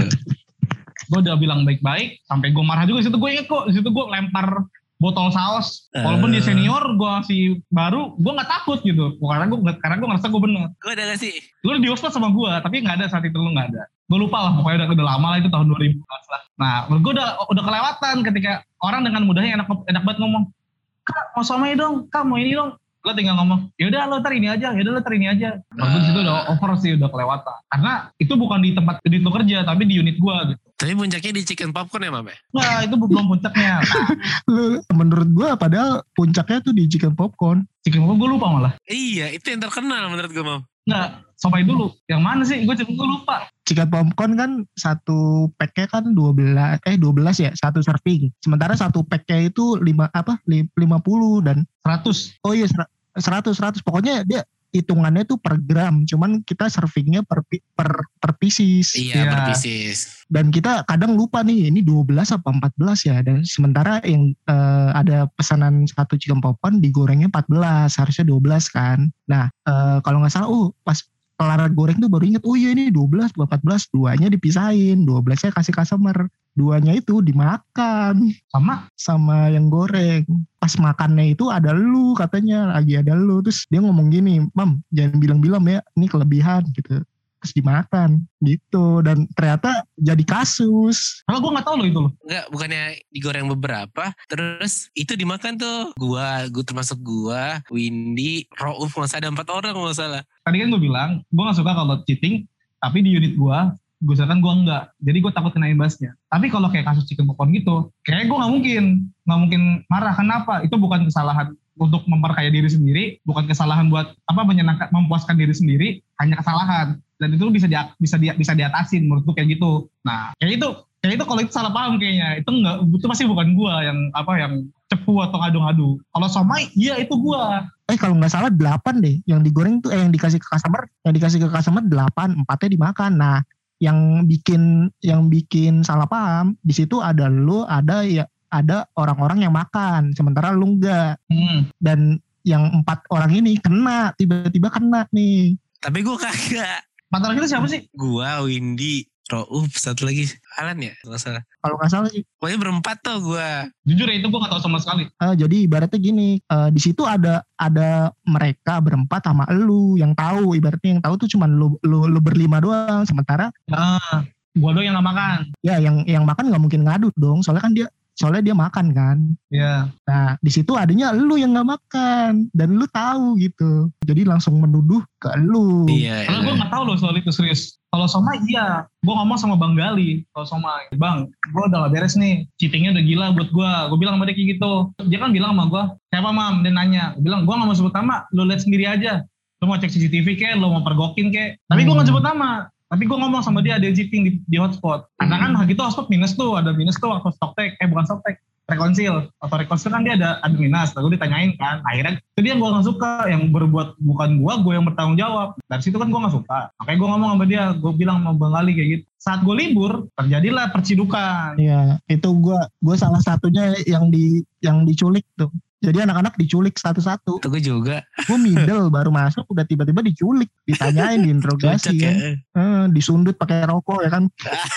Gue udah bilang baik-baik, sampai gue marah juga. Di situ gue inget kok, di situ gue lempar botol saus. Walaupun dia senior, gue masih baru, gue gak takut gitu. Karena gue ngerasa gue bener. Gue ada gak sih? Lu di hotspot sama gue, tapi gak ada saat itu, lu gak ada. Gue lupa lah, pokoknya udah lama lah itu tahun 2000 lah. Nah, gue udah kelewatan ketika orang dengan mudahnya enak banget ngomong, Kak mau somai dong, Kak mau ini dong. Lo tinggal ngomong, yaudah lo ntar ini aja. Waktu di situ udah over sih, udah kelewatan. Karena itu bukan di tempat unit lo kerja, tapi di unit gue gitu. Tapi puncaknya di chicken popcorn ya Mame? Nah itu belum puncaknya. Menurut gue padahal puncaknya tuh di chicken popcorn. Chicken popcorn gue lupa malah. Iya itu yang terkenal menurut gue Mam. Enggak, somai dulu. Yang mana sih? Gue lupa. Chicken popcorn kan satu packnya kan 12 ya, satu serving. Sementara satu packnya itu 50 dan 100. Oh iya 100. Pokoknya dia hitungannya tuh per gram, cuman kita servingnya per pieces. Iya, per pieces. Dan kita kadang lupa nih, ini 12 apa 14 ya. Dan sementara yang ada pesanan 1 chicken popcorn digorengnya 14, harusnya 12 kan. Nah, kalau nggak salah, pas kelar goreng tuh baru inget, oh iya ini 12, 14, duanya dipisahin, 12-nya kasih customer, duanya itu dimakan sama yang goreng. Pas makannya itu ada lu, katanya lagi ada lu, terus dia ngomong gini, Mam jangan bilang-bilang ya, ini kelebihan gitu, terus dimakan gitu, dan ternyata jadi kasus. Kalau gue nggak tahu loh itu loh. Enggak, bukannya digoreng beberapa, terus itu dimakan tuh. Gue termasuk Windy, Rauf, nggak salah ada 4 orang nggak salah. Tadi kan gue bilang, gue gak suka kalau cheating, tapi di unit gue usahakan gue enggak. Jadi gue takut kena imbasnya. Tapi kalau kayak kasus chicken popcorn gitu, kayaknya gue gak mungkin marah. Kenapa? Itu bukan kesalahan untuk memperkaya diri sendiri, bukan kesalahan buat menyenangkan, memuaskan diri sendiri, hanya kesalahan. Dan itu bisa diatasin menurut gue kayak gitu. Nah, kayak itu kalau itu salah paham kayaknya. Itu pasti bukan gue yang cepu atau ngadu-ngadu. Kalau somai, iya itu gue. Kalau nggak salah 8 deh yang digoreng tuh, yang dikasih ke customer 8, 4-nya dimakan. Nah, yang bikin salah paham di situ ada lu, ada orang-orang yang makan, sementara lu enggak. Dan yang 4 orang ini tiba-tiba kena nih. Tapi gue kagak. 4 orang itu siapa sih? Gua, Windy, Rauf, satu lagi Alan ya, nggak salah. Kalau nggak salah sih. Pokoknya berempat tuh gue. Jujur ya, itu gue nggak tahu sama sekali. Jadi ibaratnya gini, di situ ada mereka berempat sama lu yang tahu. Ibaratnya yang tahu tuh cuma lu berlima doang. Sementara gua doang yang nggak makan. Ya, yang makan nggak mungkin ngadu dong. Soalnya dia makan kan. Iya. Nah, di situ adanya lu yang nggak makan dan lu tahu gitu. Jadi langsung menuduh ke lu. Iya. Karena gue nggak tahu loh soal itu, serius. Kalau somai iya, gue ngomong sama Bang Gali. Kalau somai, Bang, gue udah gak beres nih. Cheatingnya udah gila buat gue. Gue bilang sama dia kayak gitu. Dia kan bilang sama gue, siapa Mam? Dia nanya. Gue bilang, gue gak mau sebut nama. Lu lihat sendiri aja. Lu mau cek CCTV kek, lu mau pergokin kek. Tapi gue gak sebut nama. Tapi gue ngomong sama dia ada cheating di hotspot. Karena kan gitu hotspot minus tuh. Ada minus tuh waktu stock-tag. Bukan stock-tag. Rekonsil. Atau rekonsil kan dia ada minus. Lalu ditanyain kan. Akhirnya itu dia gue gak suka. Yang berbuat bukan gue yang bertanggung jawab. Dari situ kan gue gak suka. Makanya gue ngomong sama dia. Gue bilang sama Bang Ali kayak gitu. Saat gue libur, terjadilah percidukan. Iya, itu gue salah satunya yang diculik tuh. Jadi anak-anak diculik satu-satu. Itu gue juga. Gue middle baru masuk udah tiba-tiba diculik, ditanyain, diinterogasi kan. Disundut pakai rokok ya kan.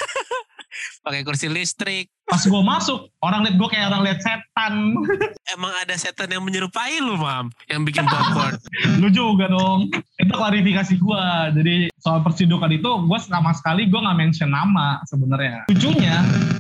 Pakai kursi listrik. Pas gue masuk, orang liat gue kayak orang liat setan. Emang ada setan yang menyerupai lu, Mam, yang bikin popcorn. Lu juga dong. Itu klarifikasi gue. Jadi soal percidukan itu, gue sama sekali gue nggak mention nama sebenarnya. Lucunya,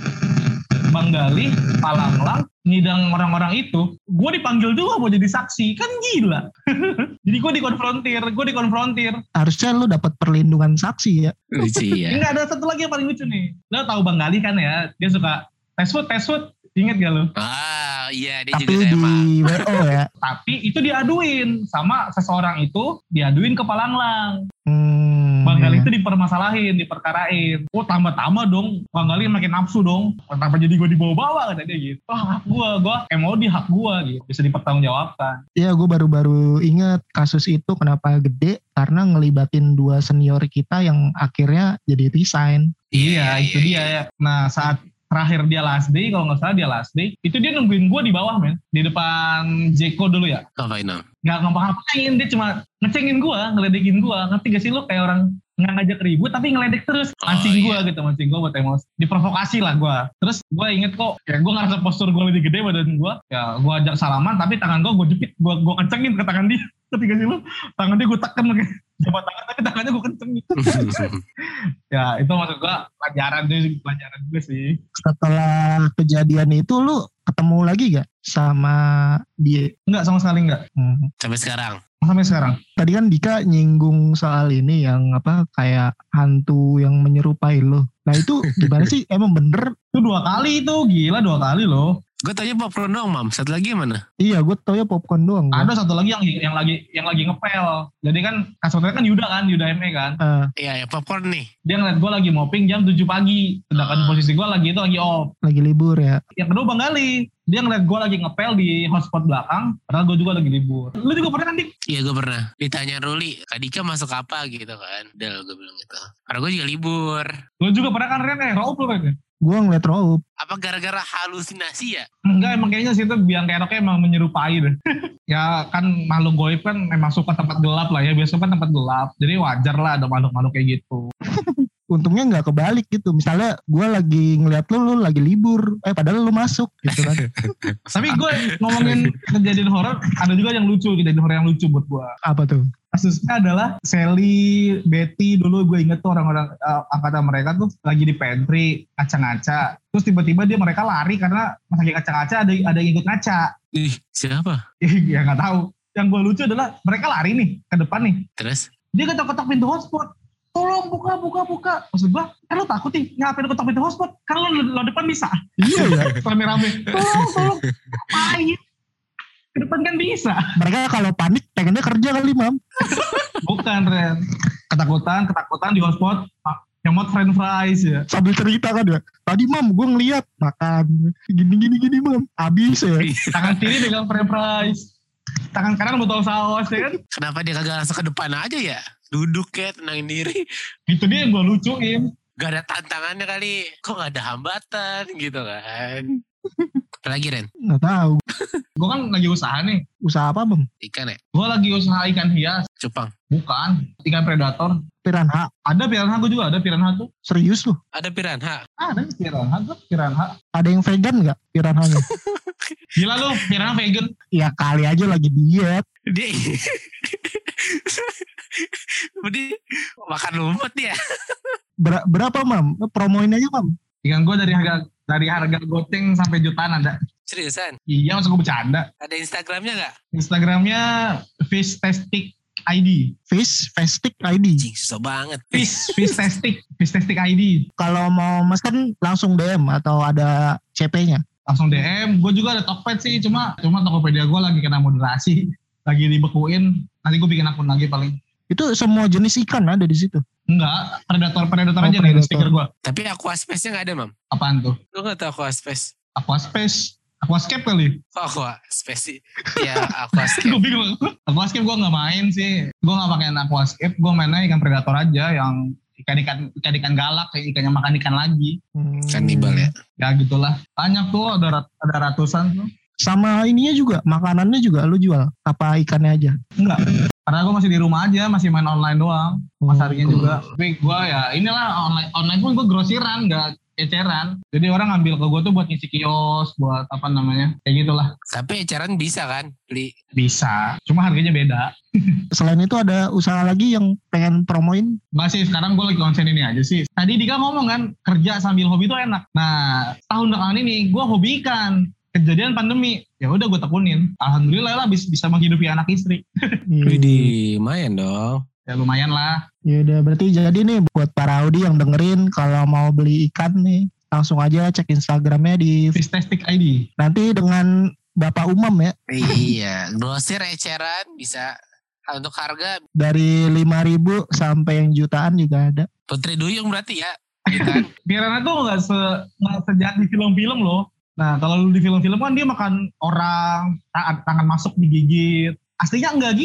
Bang Gali, Palanglang, ngidang orang-orang itu, gue dipanggil juga mau jadi saksi, kan gila. Jadi gue dikonfrontir. Harusnya lu dapat perlindungan saksi ya. Lucu ya. Enggak, ada satu lagi yang paling lucu nih. Lo tahu Bang Gali kan ya, dia suka fast food, inget gak lo? Iya, dia tapi juga emang. Di WO ya. Tapi itu diaduin sama seseorang itu, diaduin ke Palanglang. Bang Gali itu dipermasalahin, diperkarain. Oh tambah-tambah dong, Bang Gali makin nafsu dong. Kenapa jadi gue dibawa-bawa kata dia gitu. Hak gue mau di hak gue gitu. Bisa dipertanggungjawabkan. Iya, gue baru ingat kasus itu kenapa gede. Karena ngelibatin 2 senior kita yang akhirnya jadi resign. Iya, itu dia ya. Nah saat terakhir dia last day, kalau nggak salah dia last day, itu dia nungguin gue di bawah men. Di depan Jeko dulu ya. Ngapain dong? Gak ngapa-ngapain, dia cuma ngecengin gue, ngeledekin gue. Ngerti gak sih lu kayak orang nggak ngajak ribut tapi ngeledek terus. Mancing gue gitu, mancing gue buat emosi. Diprovokasi lah gue. Terus gue inget kok, ya gue ngerasa postur gue lebih gede badan gue. Ya gue ajak salaman tapi tangan gue jepit, gue kencengin ke tangan dia. Ngerti gak sih lu? Tangan dia gue tekan pakai jabat tangan tapi tangannya gue kencengin. Ya itu maksud gue pelajaran juga sih. Setelah kejadian itu lu ketemu lagi gak sama dia? Enggak, sama sekali enggak. Sampai sekarang. Tadi kan Dika nyinggung soal ini yang kayak hantu yang menyerupai lo. Nah itu gimana sih? Emang bener? Itu 2 kali itu, gila 2 kali loh. Gue tanya popcorn doang, Mam. Satu lagi mana? Iya, gue tau ya popcorn doang. Ada satu lagi yang lagi ngepel. Jadi kan kasusnya kan Yuda ME kan. Iya, popcorn nih. Dia ngeliat gue lagi mopping jam 7 pagi. Sedangkan posisi gue lagi off. Lagi libur ya. Yang kedua Bang Gali. Dia ngeliat gue lagi ngepel di hotspot belakang, padahal gue juga lagi libur. Lu juga pernah kan, Dik? Iya gue pernah. Ditanya Ruli, Kak Dika masuk apa gitu kan. Udah gue bilang gitu. Karena gue juga libur. Lu juga pernah kan, Ren? Raup lu kan? Gue ngeliat Raup. Apa gara-gara halusinasi ya? Enggak, emang kayaknya sih itu biang keroknya emang menyerupai deh. Ya kan makhluk goib kan memang suka tempat gelap lah ya. Biasanya kan tempat gelap. Jadi wajar lah ada makhluk-makhluk kayak gitu. Untungnya nggak kebalik gitu. Misalnya gue lagi ngeliat lu lagi libur. Padahal lu masuk gitu kan. Tapi gue ngomongin kejadian horor, ada juga yang lucu, kejadian horor yang lucu buat gue. Apa tuh? Kasusnya adalah Sally, Betty, dulu gue inget tuh orang-orang angkatan mereka tuh lagi di pantry ngaca-ngaca. Terus tiba-tiba mereka lari karena pas lagi ngaca-ngaca ada yang ikut ngaca. Ih, siapa? Ya nggak tahu. Yang gue lucu adalah mereka lari nih ke depan nih. Terus? Dia ketok-ketok pintu hotspot. Tolong buka. Maksud gue, kan lo takut nih ngapain ketok pintu hotspot? Kan lo depan bisa. Iya ya. Rame-rame. Tolong. Ngapain? Ke depan kan bisa. Mereka kalau panik pengennya kerja kali, Mam. Bukan, Ren. Ketakutan di hotspot. Nyemot french fries ya. Sambil cerita kan ya. Tadi, Mam, gue ngeliat makan. Gini, Mam. Habis ya. Tangan kiri pegang french fries. Tangan kanan botol saus ya kan. Kenapa dia kagak langsung ke depan aja ya? Duduk ya, tenangin diri. Itu dia yang gue lucuin. Gak ada tantangannya kali. Kok gak ada hambatan gitu kan. Apalagi Ren? Nggak tahu. Gue kan lagi usaha nih. Usaha apa, Bang? Ikan ya? Gue lagi usaha ikan hias. Cupang? Bukan. Ikan predator. Piranha. Ada piranha, gue juga ada piranha tuh. Serius lu? Ada piranha? Ada piranha. Ada yang vegan nggak piranhanya? Gila lu, piranha vegan. Ya kali aja lagi diet. Dia makan rumput ya. Berapa, Mam? Promoin aja, Mam. Ikan gue dari harga goceng sampai jutaan ada. Seriusan? Iya, masa gue bercanda. Ada Instagramnya gak? Instagramnya Fishtastic ID. Fishtastic ID. Cing, susah banget. Fishtastic ID. Kalau mau mesen langsung DM atau ada CP-nya? Langsung DM. Gue juga ada Tokped sih, cuma Tokopedia gue lagi kena moderasi. Lagi dibekuin. Nanti gue bikin akun lagi paling. Itu semua jenis ikan ada di situ? Enggak, predator aja nih predator. stiker gue. Tapi aquaspace-nya gak ada, Mam? Apaan tuh? Lu gak tau aquaspace? Aquascape kali. Kok aquaspace sih? Ya, aquascape. Gue bingung. Aquascape gue gak main sih. Gue gak pakai aquascape. Gue mainnya ikan predator aja yang ikan galak, kayak ikan yang makan ikan lagi. Kanibal ya? Ya gitulah. Banyak tuh, ada ratusan tuh. Sama ininya juga, makanannya juga lu jual? Apa ikannya aja? Enggak. Karena gue masih di rumah aja, masih main online doang. Mas harinya juga. Tapi gue ya inilah online pun gue grosiran, gak eceran. Jadi orang ngambil ke gue tuh buat ngisi kios, buat apa namanya, kayak gitulah. Tapi eceran bisa kan beli? Bisa, cuma harganya beda. Selain itu ada usaha lagi yang pengen promoin? Nggak sih, sekarang gue lagi konsen ini aja sih. Tadi Dika ngomong kan, kerja sambil hobi tuh enak. Nah, tahun belakangan ini gue hobi ikan. Kejadian pandemi, ya udah gue tekunin. Alhamdulillah lah bisa menghidupi anak istri. Widih, lumayan dong. Ya lumayan lah. Ya udah, berarti jadi nih buat para Audi yang dengerin, kalau mau beli ikan nih langsung aja cek Instagramnya di Fishtastic ID. Nanti dengan Bapak Umam ya. Iya, grosir eceran bisa. Untuk harga Dari 5.000 sampai yang jutaan juga ada. Putri Duyung berarti ya. Gitu. Piranha tuh nggak sejahat di film-film loh. Nah kalau di film-film kan dia makan orang, tangan masuk digigit. Aslinya nggak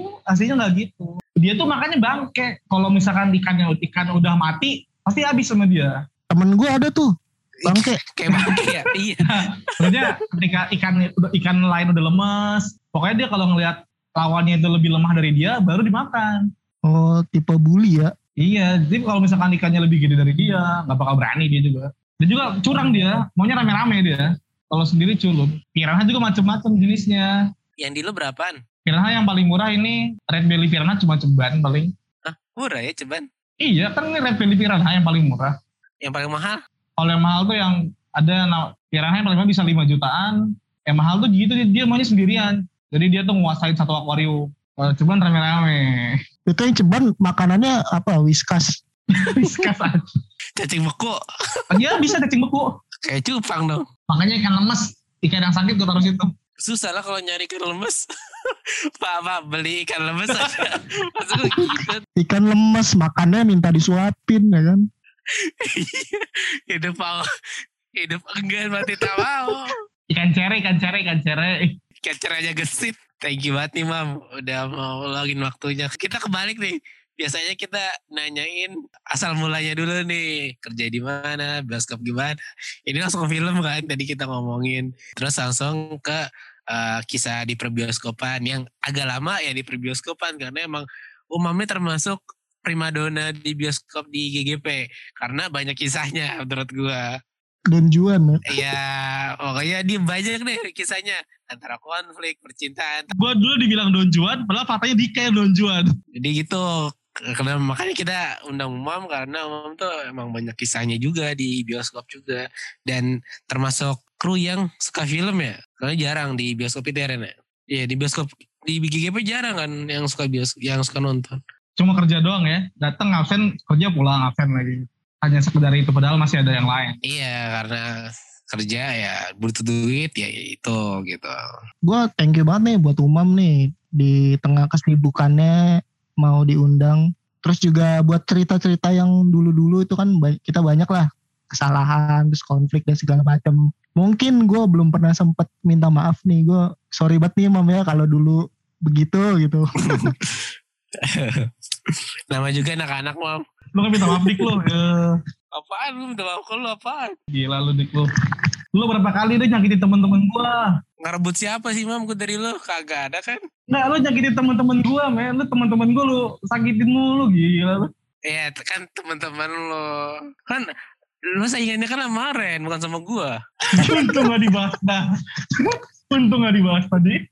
gitu. Dia tuh makannya bangke. Kalau misalkan ikan udah mati, pasti habis sama dia. Temen gue ada tuh bangke. Kayak bangke ya. Iya. Maksudnya ketika ikan lain udah lemes, pokoknya dia kalau ngelihat lawannya itu lebih lemah dari dia, baru dimakan. Oh, tipe bully ya. Iya, jadi kalau misalkan ikannya lebih gede dari dia, nggak bakal berani dia juga. Dia juga curang dia, maunya rame-rame dia. Kalau sendiri culun. Piranha juga macam-macam jenisnya. Yang di lo berapaan? Piranha yang paling murah ini red belly piranha cuma ceban paling. Hah, murah ya ceban? Iya, kan ini red belly piranha yang paling murah. Yang paling mahal? Kalau yang mahal tuh yang ada piranha yang paling mahal bisa 5 jutaan. Yang mahal tuh gitu, dia maunya sendirian. Jadi dia tuh nguasain satu akuarium. Kalau ceban rame-rame. Itu yang ceban makanannya apa? Whiskas. Whiskas aja. Cacing beku. Iya bisa cacing beku. Kayak cupang dong. Makanya ikan lemes, ikan yang sakit gue taruh situ. Susah lah kalau nyari ikan lemes. Pak, beli ikan lemes aja. Maksudnya gitu. Ikan lemes makannya minta disuapin ya kan. Hidup enggan mati tak mau. Ikan cere. Ikan cere aja gesit. Thank you banget nih Mam, udah mau login waktunya. Kita kebalik nih. Biasanya kita nanyain asal mulanya dulu nih, kerja di mana, bioskop gimana. Ini langsung film kan, tadi kita ngomongin. Terus langsung ke kisah di perbioskopan yang agak lama ya di perbioskopan karena emang Umam ini termasuk primadona di bioskop di GGP karena banyak kisahnya menurut gua. Don Juan ya. Iya, pokoknya dia banyak deh kisahnya antara konflik, percintaan. Gue dulu dibilang Don Juan, padahal faktanya Dika yang Don Juan. Jadi gitu. Karena makanya kita undang Umam karena Umam tuh emang banyak kisahnya juga di bioskop juga dan termasuk kru yang suka film ya. Karena jarang di bioskop itu ya Ren ya. Iya di bioskop di GGP jarang kan yang suka yang suka nonton. Cuma kerja doang ya, datang absen, kerja pulang absen lagi. Hanya sekedar itu padahal masih ada yang lain. Iya karena kerja ya butuh duit ya itu gitu. Gue thank you banget nih buat Umam nih di tengah kesibukannya mau diundang. Terus juga buat cerita-cerita yang dulu-dulu itu kan kita banyak lah kesalahan, terus konflik dan segala macam. Mungkin gue belum pernah sempet minta maaf nih. Gue sorry banget nih Mam ya kalau dulu begitu gitu. Nama juga anak-anak Mam. Lu kan minta maaf dik lu. Apaan lu minta maaf ke lu apaan? Gila lu dik lu. Lu berapa kali deh nyakitin temen-temen gua. Ngerebut siapa sih Mam? Gue dari lu kagak ada kan? Nggak, lu nyakitin temen-temen gua men. Lu temen-temen gua lu sakitin mulu gila lu. Iya kan teman-teman lu. Kan lu saingannya kan sama Ren bukan sama gua. Untung gak dibahas dah. Untung gak dibahas tadi.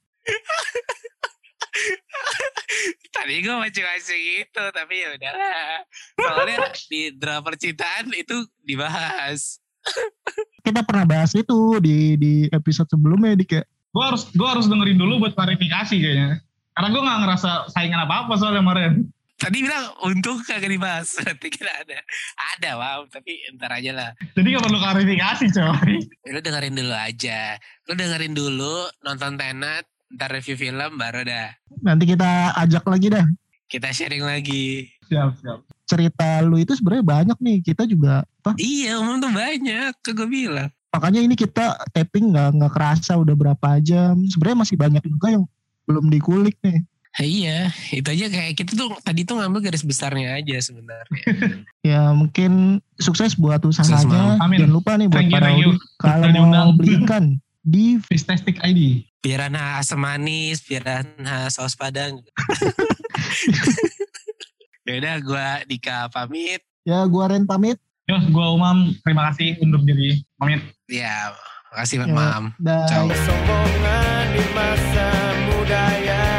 Tadi gue macam-macam gitu tapi ya udahlah. Soalnya di drama percintaan itu dibahas. Kita pernah bahas itu di episode sebelumnya Dik ya. Gue harus dengerin dulu buat klarifikasi kayaknya. Karena gue gak ngerasa saingan apa-apa soalnya kemarin. Tadi bilang untung kagak dibahas. Nanti kira ada. Ada wow tapi ntar aja lah. Jadi gak perlu klarifikasi coy. Lu dengerin dulu aja. Lu dengerin dulu nonton Tenet. Ntar review film baru dah. Nanti kita ajak lagi dah. Kita sharing lagi. Siap. Cerita lu itu sebenarnya banyak nih. Kita juga apa? Iya umum tuh banyak. Gue bilang. Makanya ini kita tapping nggak kerasa udah berapa jam. Sebenarnya masih banyak juga yang belum dikulik nih. Iya, itu aja kayak kita tuh tadi tuh ngambil garis besarnya aja sebenarnya. Ya mungkin sukses buat usahanya. Amin. Jangan lupa nih buat Thank you, para thank you. kalau Udah mau diundang. beli ikan di Fistastic ID. Piranha asam manis, piranha saus padang. Yaudah gue Dika pamit. ya gua Ren pamit. Yos, gue Umam. Terima kasih undur diri. Pamit. Ya, makasih Ya, Mam. dah. Ciao. Kesombongan di masa muda yang